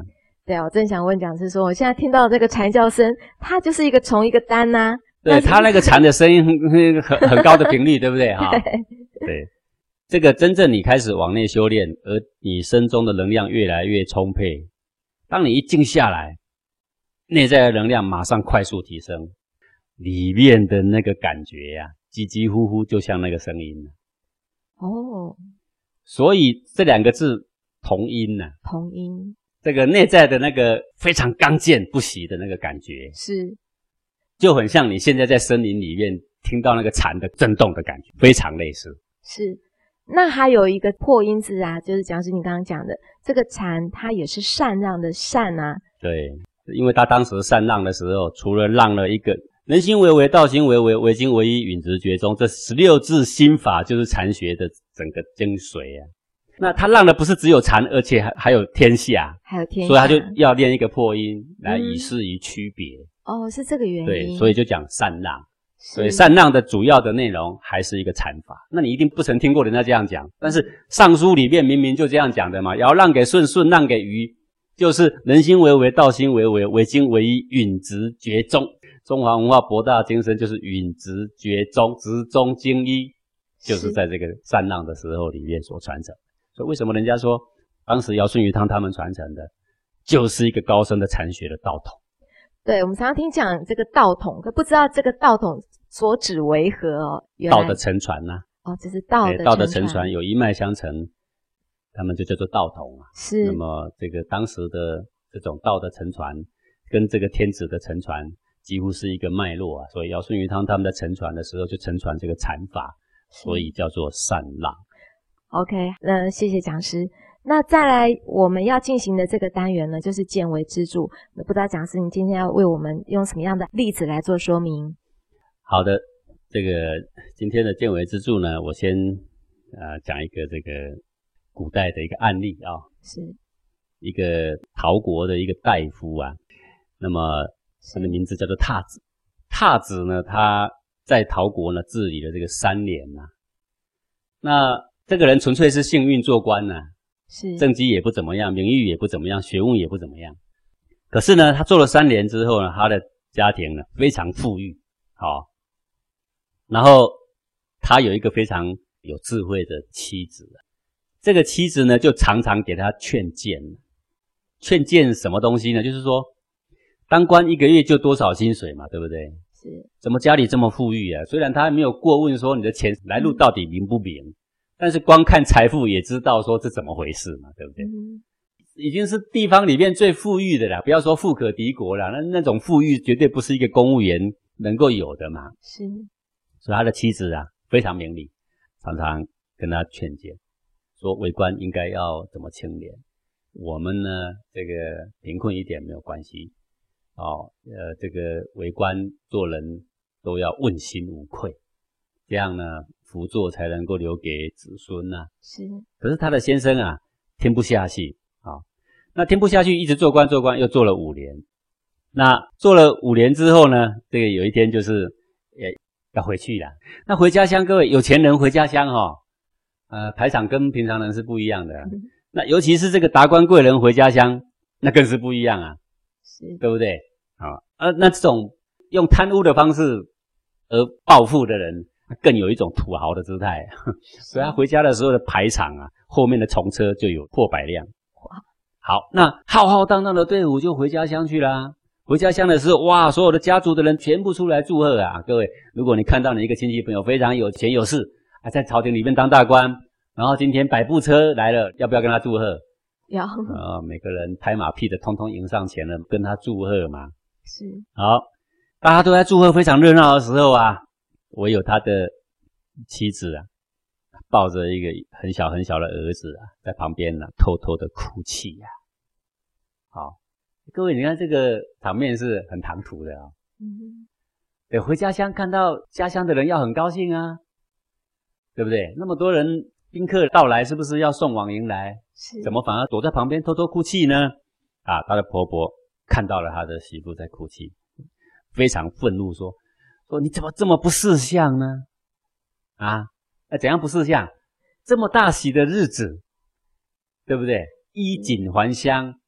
对啊，我正想问讲师说，我现在听到这个蝉叫声，它就是一个虫一个单呐、啊。 对，它那个蝉的声音很很高的频率，对不对哈？对，这个真正你开始往内修炼，而你身中的能量越来越充沛，当你一静下来，内在的能量马上快速提升，里面的那个感觉呀、啊，几几乎乎就像那个声音哦， 所以这两个字同音呐、啊， 同音， 这个内在的那个非常刚健不息的那个感觉， 是， 就很像你现在在森林里面听到那个蝉的震动的感觉，非常类似。 是，那还有一个破音字啊，就是讲是你刚刚讲的这个蝉，它也是禅让的禅啊。 对，因为他当时禅让的时候，除了让了一个人心为为，道心为为，为精为一，允直觉中，这十六字心法就是禅学的整个精髓啊。那他让的不是只有禅，而且还还有天下， 还有天下， 所以他就要练一个破音来以示于区别、 嗯。哦，是这个原因。 对，所以就讲禅让。所以禅让的主要的内容还是一个禅法。那你一定不曾听过人家这样讲，但是尚书里面明明就这样讲的嘛，尧让给舜，舜让给禹，就是人心为为，道心为为，为精为一，允直觉中。中华文化博大精深，就是允直觉中，直中精一，就是在这个禅让的时候里面所传承。所以为什么人家说当时尧舜禹汤他们传承的就是一个高深的禅学的道统。 对，我们常常听讲这个道统，可不知道这个道统所指为何哦。原来道的承传呐、 啊，哦，这是道的承传， 道的承传有一脉相承，他们就叫做道统啊。 是。 那么这个当时的这种道的承传跟这个天子的承传几乎是一个脉络啊，所以尧舜禹汤他们在承传的时候就承传这个禅法，所以叫做禅让。 OK， 那谢谢讲师。那再来我们要进行的这个单元呢，就是见微知著。那不知道讲师你今天要为我们用什么样的例子来做说明？ 好的，这个今天的见微知著呢，我先呃讲一个这个古代的一个案例啊、哦， 是一个陶国的一个大夫啊，那么他的名字叫做闼子。闼子呢，他在陶国呢治理了这个三年呐、啊，那这个人纯粹是幸运做官呐、啊。 是政绩也不怎么样，名誉也不怎么样，学问也不怎么样。可是呢，他做了三年之后呢，他的家庭呢非常富裕，好、哦，然后他有一个非常有智慧的妻子，这个妻子呢就常常给他劝谏。劝谏什么东西呢？就是说，当官一个月就多少薪水嘛，对不对？ 是。怎么家里这么富裕啊？虽然他还没有过问说你的钱来路到底明不明。嗯，但是光看财富也知道说这怎么回事嘛，对不对？嗯，已经是地方里面最富裕的啦，不要说富可敌国啦，那那种富裕绝对不是一个公务员能够有的嘛。 是， 所以他的妻子啊非常明理，常常跟他劝谏，说为官应该要怎么清廉。我们呢这个贫困一点没有关系，哦，呃，这个为官做人都要问心无愧，这样呢福祚才能够留给子孙啊。 是。 可是他的先生啊听不下去啊、哦，那听不下去一直做官做官，又做了五年。那做了五年之后呢，这个有一天就是也要回去了。那回家乡，各位有钱人回家乡哈、哦，呃排场跟平常人是不一样的。嗯，那尤其是这个达官贵人回家乡，那更是不一样啊， 是， 对不对？啊、哦，呃，那这种用贪污的方式而暴富的人，更有一种土豪的姿态，所以他回家的时候的排场啊，后面的重车就有破百辆。好，那浩浩荡荡的队伍就回家乡去啦。回家乡的时候，哇，所有的家族的人全部出来祝贺啊！各位，如果你看到你一个亲戚朋友非常有钱有势，还在朝廷里面当大官，然后今天百步车来了，要不要跟他祝贺？ 要。 啊，每个人拍马屁的通通迎上前了，跟他祝贺嘛。 是。 好，大家都在祝贺非常热闹的时候啊，唯有他的妻子啊，抱着一个很小很小的儿子啊，在旁边呢、啊，偷偷的哭泣呀、啊。好，各位，你看这个场面是很唐突的啊。嗯。对，回家乡看到家乡的人要很高兴啊，对不对？那么多人宾客到来，是不是要送往迎来？ 是。 怎么反而躲在旁边偷偷哭泣呢？啊，他的婆婆看到了他的媳妇在哭泣，非常愤怒说。说你怎么这么不识相呢？啊，那怎样不识相？这么大喜的日子，对不对？衣锦还乡，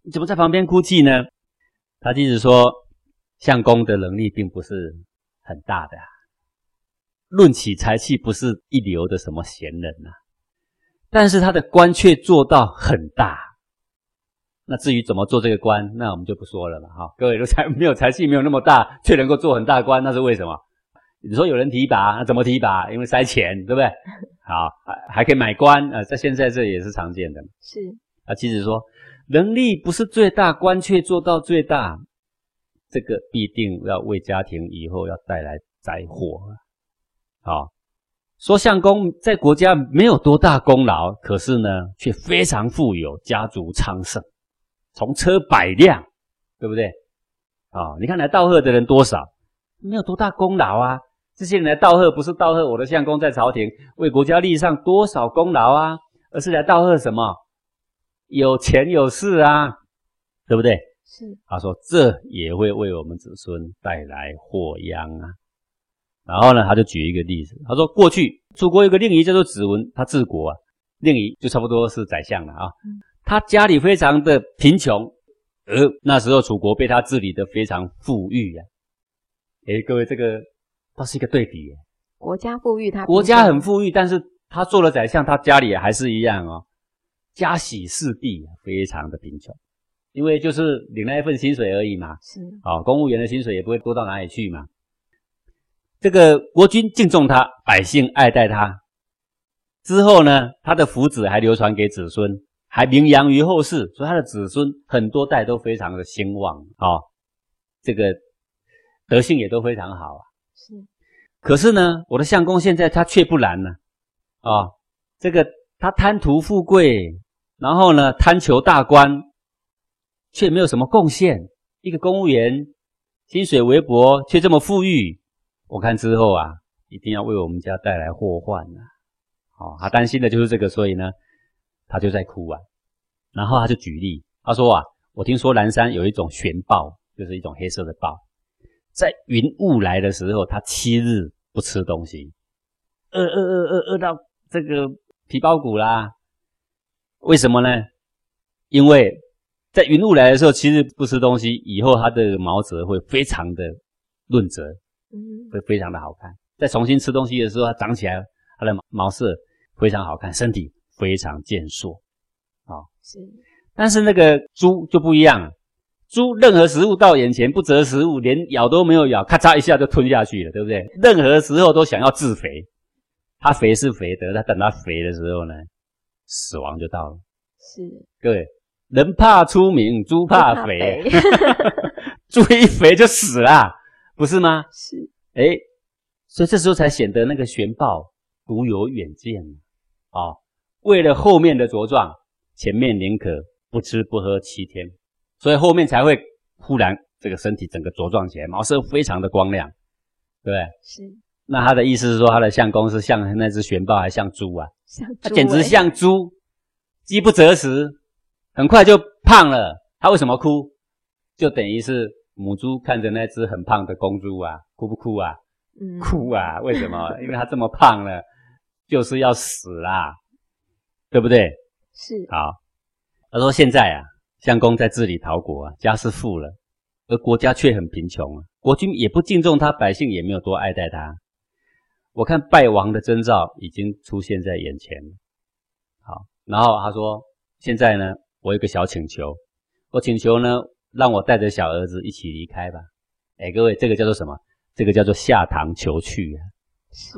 你怎么在旁边哭泣呢？他其实说，相公的能力并不是很大的啊，论起才气不是一流的什么贤人啊，但是他的官却做到很大。那至于怎么做这个官，那我们就不说了嘛哈。各位都才没有才气没有那么大，却能够做很大的官，那是为什么？你说有人提拔，那怎么提拔？因为塞钱，对不对？好，还还可以买官，呃，在现在这也是常见的。 是啊，其实说能力不是最大，官却做到最大，这个必定要为家庭以后要带来灾祸。好，说相公在国家没有多大功劳，可是呢，却非常富有，家族昌盛，从车百辆，对不对？啊，你看来道贺的人多少？没有多大功劳啊。这些人来道贺，不是道贺我的相公在朝廷为国家立上多少功劳啊，而是来道贺什么？有钱有势啊，对不对？ 是。 他说这也会为我们子孙带来祸殃啊。然后呢，他就举一个例子，他说过去楚国有个令尹叫做子文，他治国啊，令尹就差不多是宰相了啊。嗯、他家里非常的贫穷，而那时候楚国被他治理的非常富裕啊。诶，各位，这个倒是一个对比耶。 国家富裕，他国家很富裕，但是他做了宰相，他家里也还是一样哦，家喜事弊，非常的贫穷，因为就是领那一份薪水而已嘛。 是， 哦，公务员的薪水也不会多到哪里去嘛。这个国君敬重他，百姓爱戴他，之后呢，他的福祉还流传给子孙，还名扬于后世，所以他的子孙很多代都非常的兴旺哦，这个德性也都非常好啊。 是， 可是呢，我的相公现在他却不然了啊、哦，这个他贪图富贵，然后呢贪求大官，却没有什么贡献。一个公务员薪水微薄，却这么富裕，我看之后啊，一定要为我们家带来祸患啊！哦，他担心的就是这个，所以呢，他就在哭啊。然后他就举例，他说啊，我听说南山有一种玄豹，就是一种黑色的豹，在云雾来的时候，它七日不吃东西，饿饿饿饿饿到这个皮包骨啦。为什么呢？因为在云雾来的时候，七日不吃东西，以后它的毛泽会非常的润泽， 嗯， 会非常的好看。再重新吃东西的时候，它长起来，它的毛色非常好看，身体非常健硕。哦， 是。 但是那个猪就不一样了。猪任何食物到眼前不择食物，连咬都没有咬，咔嚓一下就吞下去了，对不对？任何时候都想要自肥，它肥是肥的，它等它肥的时候呢，死亡就到了。 是， 各位，人怕出名，猪怕肥，猪一肥就死了，不是吗？ 是， 诶，所以这时候才显得那个玄豹独有远见啊、哦！为了后面的茁壮，前面宁可不吃不喝七天。所以后面才会忽然这个身体整个茁壮起来，毛色非常的光亮，对不对？ 是。 那他的意思是说，他的相公是像那只玄豹，还像猪啊？ 像猪、欸， 他简直像猪，饥不择食，很快就胖了。他为什么哭？就等于是母猪看着那只很胖的公猪啊，哭不哭啊？ 嗯， 哭啊！为什么？因为他这么胖了，就是要死啦，对不对？ 是。 好，他说现在啊。相公在治理陶国啊，家是富了，而国家却很贫穷啊。国君也不敬重他，百姓也没有多爱戴他。我看败亡的征兆已经出现在眼前了。好，然后他说，现在呢，我有个小请求，我请求呢，让我带着小儿子一起离开吧。哎，各位，这个叫做什么？这个叫做下堂求去啊。 是。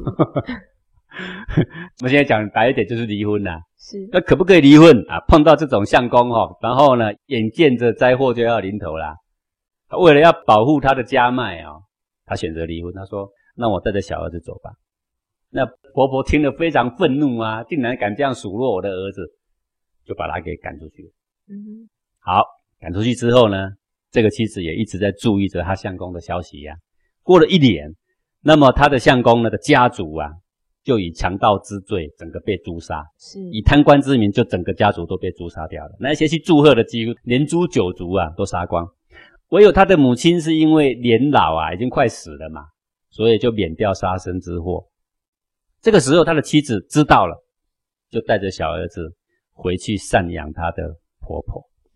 我们现在讲白一点，就是离婚啦、啊。 是， 那可不可以离婚啊？碰到这种相公哦，然后呢，眼见着灾祸就要临头啦。为了要保护他的家脉啊、哦，他选择离婚。他说：“那我带着小儿子走吧。”那婆婆听了非常愤怒啊，竟然敢这样数落我的儿子，就把他给赶出去。 嗯， 好，赶出去之后呢，这个妻子也一直在注意着他相公的消息呀、啊。过了一年，那么他的相公呢的家族啊。就以强盗之罪整个被诛杀， 是以贪官之名就整个家族都被诛杀掉了。那些去祝贺的几乎连诛九族啊都杀光，唯有他的母亲是因为年老啊已经快死了嘛，所以就免掉杀身之祸。这个时候他的妻子知道了，就带着小儿子回去赡养他的婆婆。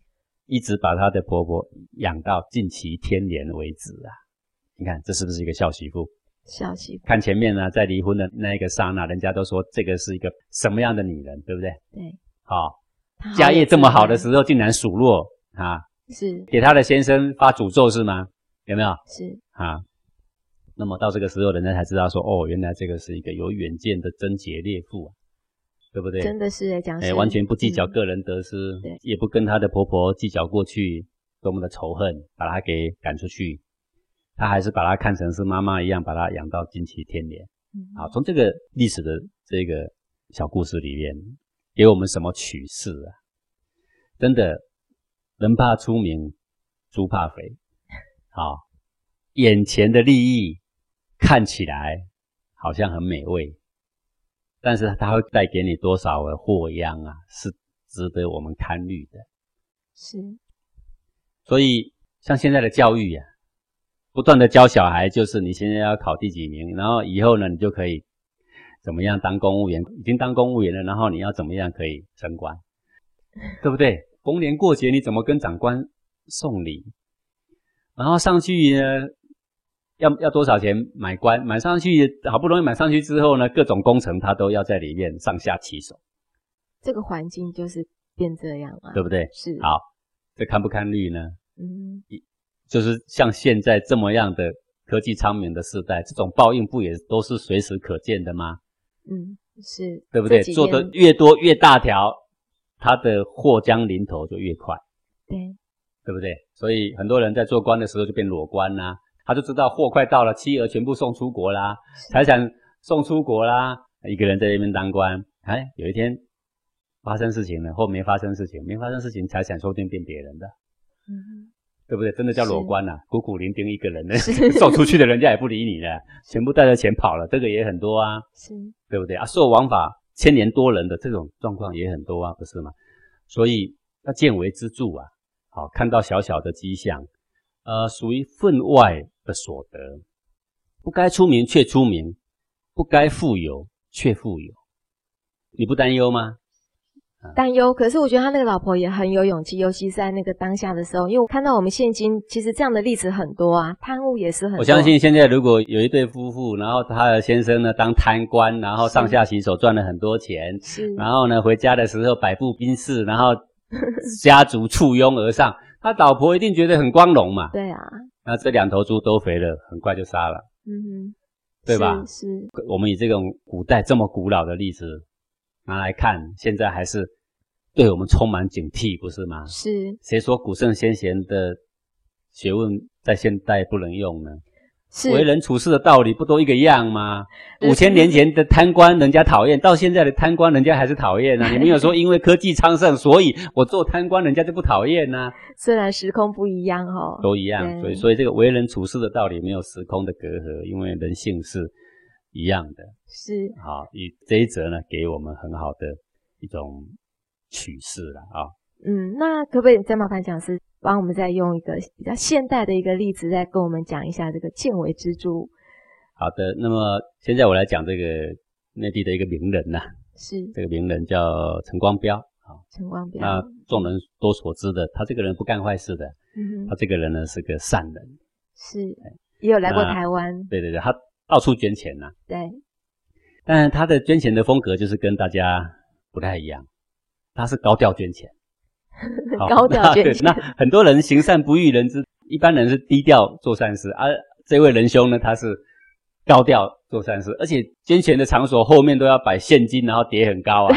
一直把她的婆婆养到近其天年为止啊。你看这是不是一个孝媳妇？ 孝媳妇。 看前面呢，在离婚的那一个刹那，人家都说这个是一个什么样的女人，对不对？ 对。 好，家业这么好的时候，竟然数落啊， 是给她的先生发诅咒是吗？有没有？ 是啊。那么到这个时候，人家才知道说，哦，原来这个是一个有远见的贞洁烈妇啊，对不对？ 真的是诶，讲师， 哎，完全不计较个人得失， 嗯、对， 也不跟她的婆婆计较过去多么的仇恨，把她给赶出去，她还是把她看成是妈妈一样，把她养到近其天年。嗯，好，从这个历史的这个小故事里面，给我们什么启示啊？真的，人怕出名，猪怕肥。好，眼前的利益看起来好像很美味，但是它会带给你多少的祸殃啊，是值得我们堪虑的。 是， 所以像现在的教育啊，不断的教小孩，就是你现在要考第几名，然后以后呢，你就可以怎么样当公务员，已经当公务员了，然后你要怎么样可以升官，对不对？逢年过节你怎么跟长官送礼，然后上去呢？要要多少钱买官？买上去好不容易买上去之后呢，各种工程他都要在里面上下其手。 这个环境就是变这样啊， 对不对？ 是。 好，这堪不堪虑呢？ 嗯， 就是像现在这么样的科技昌明的时代，这种报应不也都是随时可见的吗？ 嗯，是， 对不对？做得越多越大条，他的祸将临头就越快。 对， 对不对？所以很多人在做官的时候就变裸官啦、啊。他就知道货快到了，妻儿全部送出国啦，财产送出国啦，一个人在那边当官，哎，有一天发生事情了，或没发生事情，没发生事情，财产说不定变别人的， 嗯， 对不对？真的叫裸官呐、啊，孤苦伶仃一个人呢，送出去的人家也不理你了，全部带着钱跑了，这个也很多啊， 是， 对不对啊？受王法千年多人的这种状况也很多啊，不是吗？所以要见微知著啊，好，看到小小的迹象，呃，属于分外的所得，不该出名却出名，不该富有却富有，你不担忧吗？ 担忧，可是我觉得他那个老婆也很有勇气，尤其是在那个当下的时候，因为我看到我们现今其实这样的例子很多啊，贪污也是很多。 我相信现在如果有一对夫妇，然后他的先生呢当贪官，然后上下其手赚了很多钱， 是， 然后呢回家的时候百步宾士，然后家族簇拥而上，他老婆一定觉得很光荣嘛。 对啊。 那这两头猪都肥了，很快就杀了， 嗯哼， 对吧？ 是，是。 我们以这种古代这么古老的例子拿来看，现在还是对我们充满警惕，不是吗？ 是。 谁说古圣先贤的学问在现代不能用呢？ 是。 为人处事的道理不都一个样吗？五千年前的贪官人家讨厌，到现在的贪官人家还是讨厌啊！你没有说因为科技昌盛，所以我做贪官人家就不讨厌啊？ 虽然时空不一样哦， 都一样，所以所以这个为人处事的道理没有时空的隔阂，因为人性是一样的。 是。 好，以这一则呢，给我们很好的一种启示了啊。 嗯，那可不可以再麻烦讲师帮我们再用一个比较现代的一个例子，再跟我们讲一下这个见微知著？ 好的，那么现在我来讲这个内地的一个名人呐、啊， 是这个名人叫陈光标啊， 陈光标。 那众人都所知的，他这个人不干坏事的， 嗯哼， 他这个人呢是个善人， 是也有来过台湾， 对对对，他到处捐钱呐、啊， 对， 但他的捐钱的风格就是跟大家不太一样，他是高调捐钱。 高调捐钱， 那很多人行善不欲人知，一般人是低调做善事，而、啊、这位仁兄呢，他是高调做善事，而且捐钱的场所后面都要摆现金，然后叠很高啊。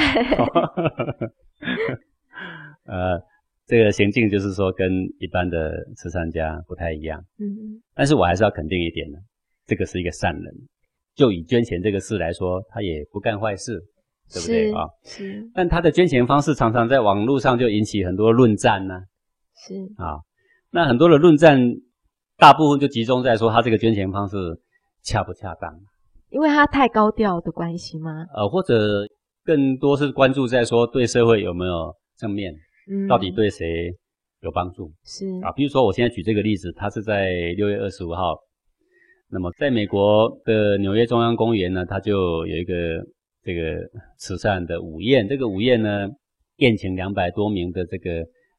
呃，这个行径就是说跟一般的慈善家不太一样。嗯，但是我还是要肯定一点的，这个是一个善人。就以捐钱这个事来说，他也不干坏事。对不对啊？ 是。 但他的捐钱方式常常在网络上就引起很多论战呢、啊。 是。 啊，那很多的论战，大部分就集中在说他这个捐钱方式恰不恰当。 因为他太高调的关系吗？ 呃，或者更多是关注在说对社会有没有正面，嗯，到底对谁有帮助？ 是。 啊，比如说我现在举这个例子，他是在六月二十五号，那么在美国的纽约中央公园呢，他就有一个。这个慈善的午宴，这个午宴呢，宴请两百多名的这个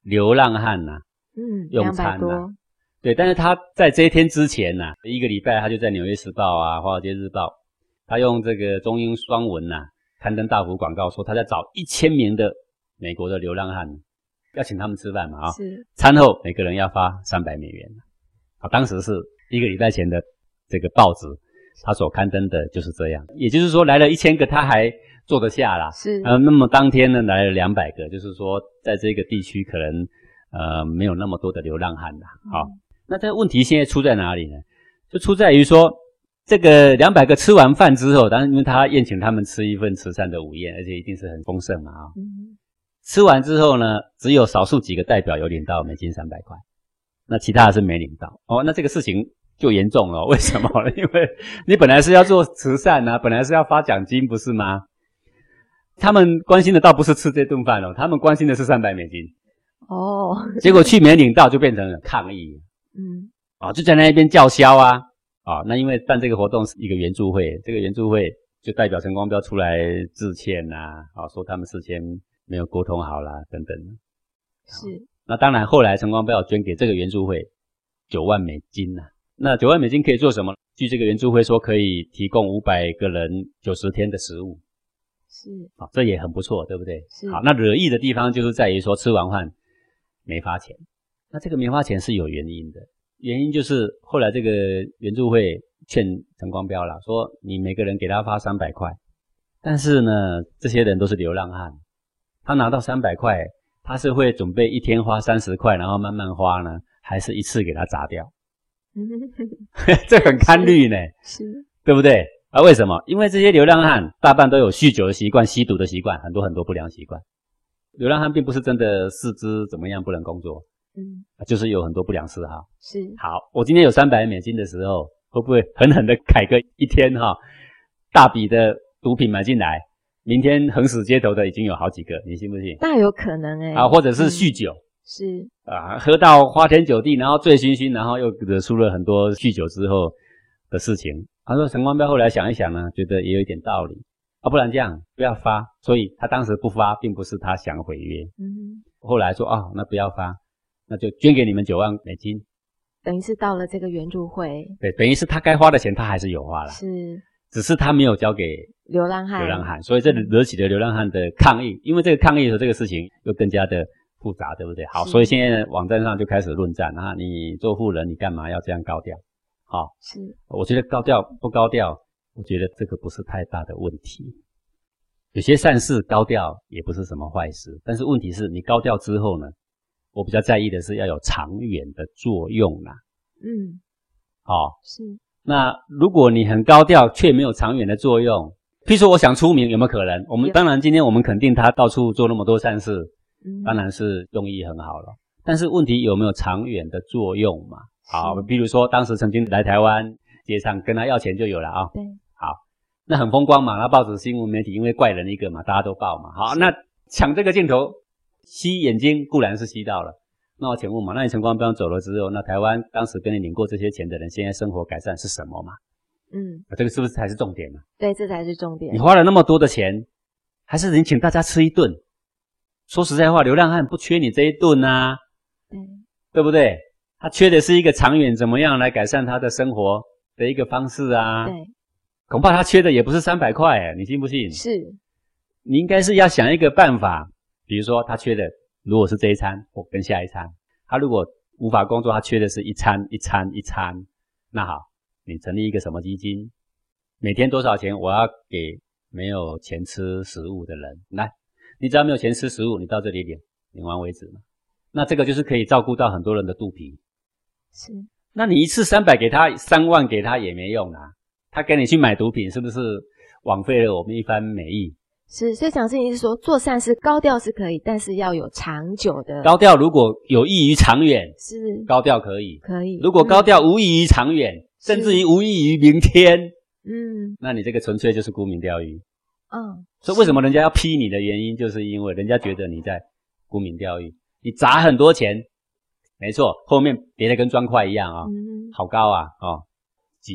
流浪汉呐、啊， 嗯， 用餐两百多， 对，但是他在这一天之前呐、啊，一个礼拜他就在《纽约时报》啊，《华尔街日报》，他用这个中英双文呐、啊，刊登大幅广告，说他在找一千名的美国的流浪汉，要请他们吃饭嘛啊， 是餐后每个人要发三百美元啊，当时是一个礼拜前的这个报纸，他所刊登的就是这样，也就是说来了一千个他还坐得下啦， 是， 呃，那么当天呢来了两百个，就是说在这个地区可能呃没有那么多的流浪汉啦，好、嗯，那这个问题现在出在哪里呢？就出在于说这个两百个吃完饭之后，当然因为他宴请他们吃一份慈善的午宴，而且一定是很丰盛嘛啊、哦嗯，吃完之后呢，只有少数几个代表有领到美金三百块，那其他的是没领到哦，那这个事情就严重了，为什么呢？因为你本来是要做慈善啊，本来是要发奖金不是吗？他们关心的倒不是吃这顿饭哦，他们关心的是三百美金哦， 结果去没领到就变成了抗议，嗯，啊，就在那边叫嚣啊，啊，那因为办这个活动是一个援助会，这个援助会就代表陈光标出来致歉呐、啊，啊，说他们事先没有沟通好啦，等等， 是， 那当然后来陈光标捐给这个援助会九万美金呐、啊，那九万美金可以做什么？据这个援助会说，可以提供五百个人九十天的食物。 是， 好、哦，这也很不错，对不对？ 是。 好，那惹意的地方就是在于说吃完饭没发钱，那这个没发钱是有原因的，原因就是后来这个援助会劝陈光标啦，说你每个人给他发三百块，但是呢，这些人都是流浪汉，他拿到三百块，他是会准备一天花三十块，然后慢慢花呢，还是一次给他砸掉？这很堪虑呢， 是， 对不对？啊，为什么？因为这些流浪汉大半都有酗酒的习惯、吸毒的习惯，很多很多不良习惯。流浪汉并不是真的四肢怎么样不能工作，嗯，就是有很多不良嗜好。 是。 好，我今天有三百美金的时候，会不会狠狠的改个一天哈？大笔的毒品买进来，明天横死街头的已经有好几个，你信不信？ 那有可能诶、欸、 啊，或者是酗酒。嗯是啊，喝到花天酒地，然后醉醺醺，然后又惹出了很多酗酒之后的事情。他说陈光标后来想一想呢，觉得也有一点道理啊，不然这样不要发。所以他当时不发，并不是他想毁约。嗯，后来说啊，那不要发，那就捐给你们九万美金。 等于是到了这个援助会， 对，等于是他该花的钱他还是有花了， 是， 只是他没有交给流浪汉。 流浪汉，所以这惹起了流浪汉的抗议。因为这个抗议的这个事情又更加的复杂，对不对？好，所以现在网站上就开始论战啊！你做富人，你干嘛要这样高调？好， 是， 我觉得高调不高调，我觉得这个不是太大的问题。有些善事高调也不是什么坏事，但是问题是你高调之后呢，我比较在意的是要有长远的作用啦。嗯，好，是。那如果你很高调却没有长远的作用，譬如说我想出名，有没有可能？我们当然今天我们肯定他到处做那么多善事。嗯、当然是用意很好了，但是问题有没有长远的作用嘛？好，比如说当时曾经来台湾街上跟他要钱就有了啊、哦。对，好，那很风光嘛，那报纸新闻媒体因为怪人一个嘛，大家都报嘛。好，那抢这个镜头吸眼睛固然是吸到了，那我请问嘛，那你陈光标走了之后，那台湾当时跟你领过这些钱的人，现在生活改善是什么嘛？嗯，这个是不是才是重点嘛？ 对，这才是重点。 你花了那么多的钱，还是你请大家吃一顿？说实在话，流浪汉不缺你这一顿啊，对，对不对？他缺的是一个长远怎么样来改善他的生活的一个方式啊。对，恐怕他缺的也不是三百块，你信不信？是，你应该是要想一个办法，比如说他缺的如果是这一餐或跟下一餐，他如果无法工作，他缺的是一餐一餐一餐，那好，你成立一个什么基金，每天多少钱我要给没有钱吃食物的人来。你只要没有钱吃食物，你到这里领，领完为止嘛。那这个就是可以照顾到很多人的肚皮。是。那你一次三百给他，三万给他也没用啊。他给你去买毒品，是不是枉费了我们一番美意？ 是，所以讲师你是说做善事高调是可以，但是要有长久的。 高调如果有益于长远， 是高调可以。 可以。 如果高调无益于长远，嗯、甚至于无益于明天，嗯，那你这个纯粹就是沽名钓誉。嗯，所以为什么人家要批你的原因，就是因为人家觉得你在沽名钓誉，你砸很多钱，没错，后面叠得跟砖块一样啊、哦嗯，好高啊，哦，几亿，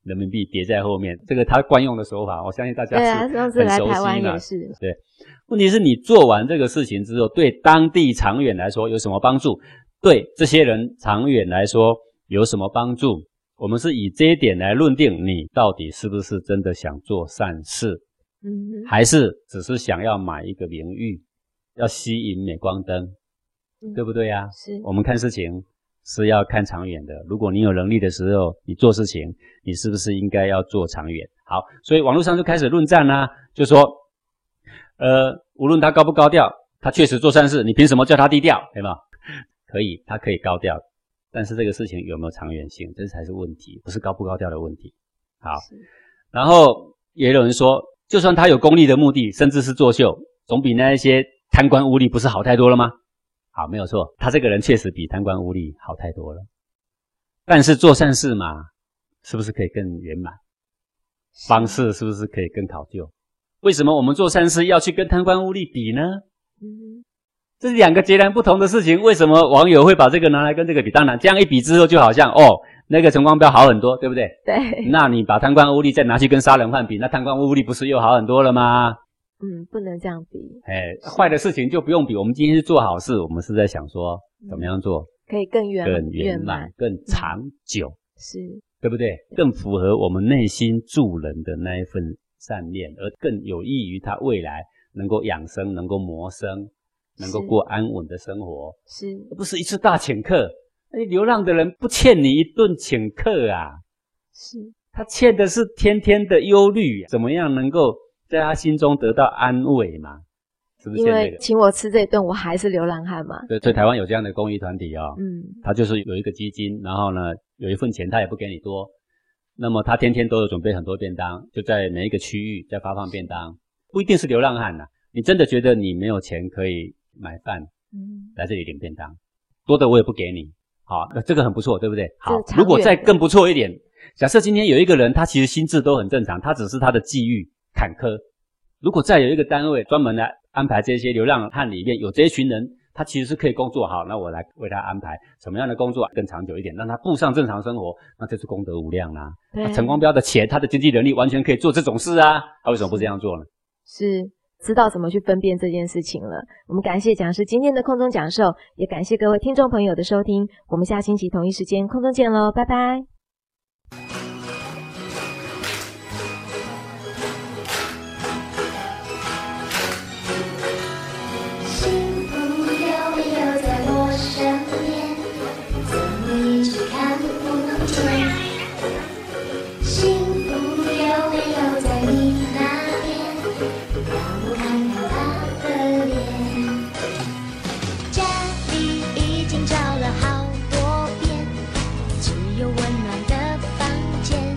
人民币叠在后面，这个他惯用的手法，我相信大家是对啊，上次来台湾也是。 对，问题是你做完这个事情之后，对当地长远来说有什么帮助？对这些人长远来说有什么帮助？我们是以这一点来论定你到底是不是真的想做善事， 嗯， 还是只是想要买一个名誉，要吸引镁光灯， 嗯、 对不对啊？ 是， 我们看事情是要看长远的。如果你有能力的时候，你做事情，你是不是应该要做长远？好，所以网络上就开始论战啦、啊，就说，呃，无论他高不高调，他确实做善事，你凭什么叫他低调？对吗？可以，他可以高调，但是这个事情有没有长远性，这才是问题，不是高不高调的问题。好，然后也有人说，就算他有功利的目的，甚至是作秀，总比那一些贪官污吏不是好太多了吗？好，没有错，他这个人确实比贪官污吏好太多了。但是做善事嘛，是不是可以更圆满？方式是不是可以更考究？为什么我们做善事要去跟贪官污吏比呢？ 嗯， 这是两个截然不同的事情，为什么网友会把这个拿来跟这个比？当然，这样一比之后，就好像哦，那个陈光标好很多，对不对？ 对。 那你把贪官污吏再拿去跟杀人犯比，那贪官污吏不是又好很多了吗？ 嗯，不能这样比。 哎，坏的事情就不用比。我们今天是做好事，我们是在想说怎么样做可以更圆更圆满、更长久， 嗯、是， 对不对？更符合我们内心助人的那一份善念，而更有益于他未来能够养生、能够谋生、能够过安稳的生活。 是， 而不是一次大请客。哎，流浪的人不欠你一顿请客啊， 是他欠的是天天的忧虑，怎么样能够在他心中得到安慰嘛？是不是、这个？ 因为请我吃这一顿，我还是流浪汉嘛。 对，所以台湾有这样的公益团体哦， 嗯， 他就是有一个基金，然后呢，有一份钱他也不给你多，那么他天天都有准备很多便当，就在每一个区域在发放便当，不一定是流浪汉呐、啊。你真的觉得你没有钱可以买饭， 嗯， 来这里领便当，多的我也不给你。好，那这个很不错，对不对？好，如果再更不错一点，假设今天有一个人，他其实心智都很正常，他只是他的际遇坎坷。如果再有一个单位专门来安排这些流浪汉里面有这一群人，他其实是可以工作好，那我来为他安排什么样的工作更长久一点，让他步上正常生活，那这是功德无量啦、啊。那陈光标的钱，他的经济能力完全可以做这种事啊，他为什么不这样做呢？ 是。知道怎么去分辨这件事情了。我们感谢讲师今天的空中讲授，也感谢各位听众朋友的收听。我们下星期同一时间空中见咯，拜拜。 幸福有没有在我身边？怎么一直看不见？幸福有没有在你那？让我看看他的脸，家里已经找了好多遍，只有温暖的房间。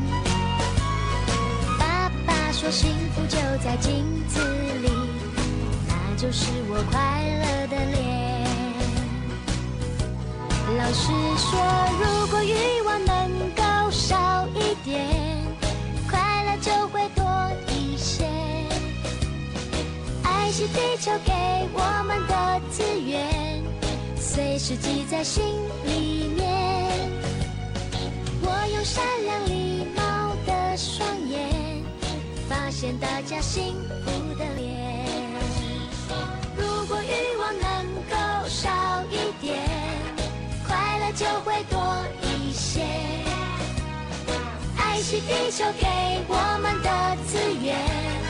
爸爸说幸福就在镜子里，那就是我快乐的脸。老师说，如果欲望能够少一点，快乐就会多一些。爱是地球给我们的资源，随时记在心里面。我用善良礼貌的双眼，发现大家幸福的脸。如果欲望能够少一点，快乐就会多一些。爱是地球给我们的资源，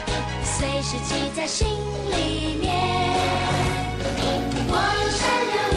随时记在心里面。我用善良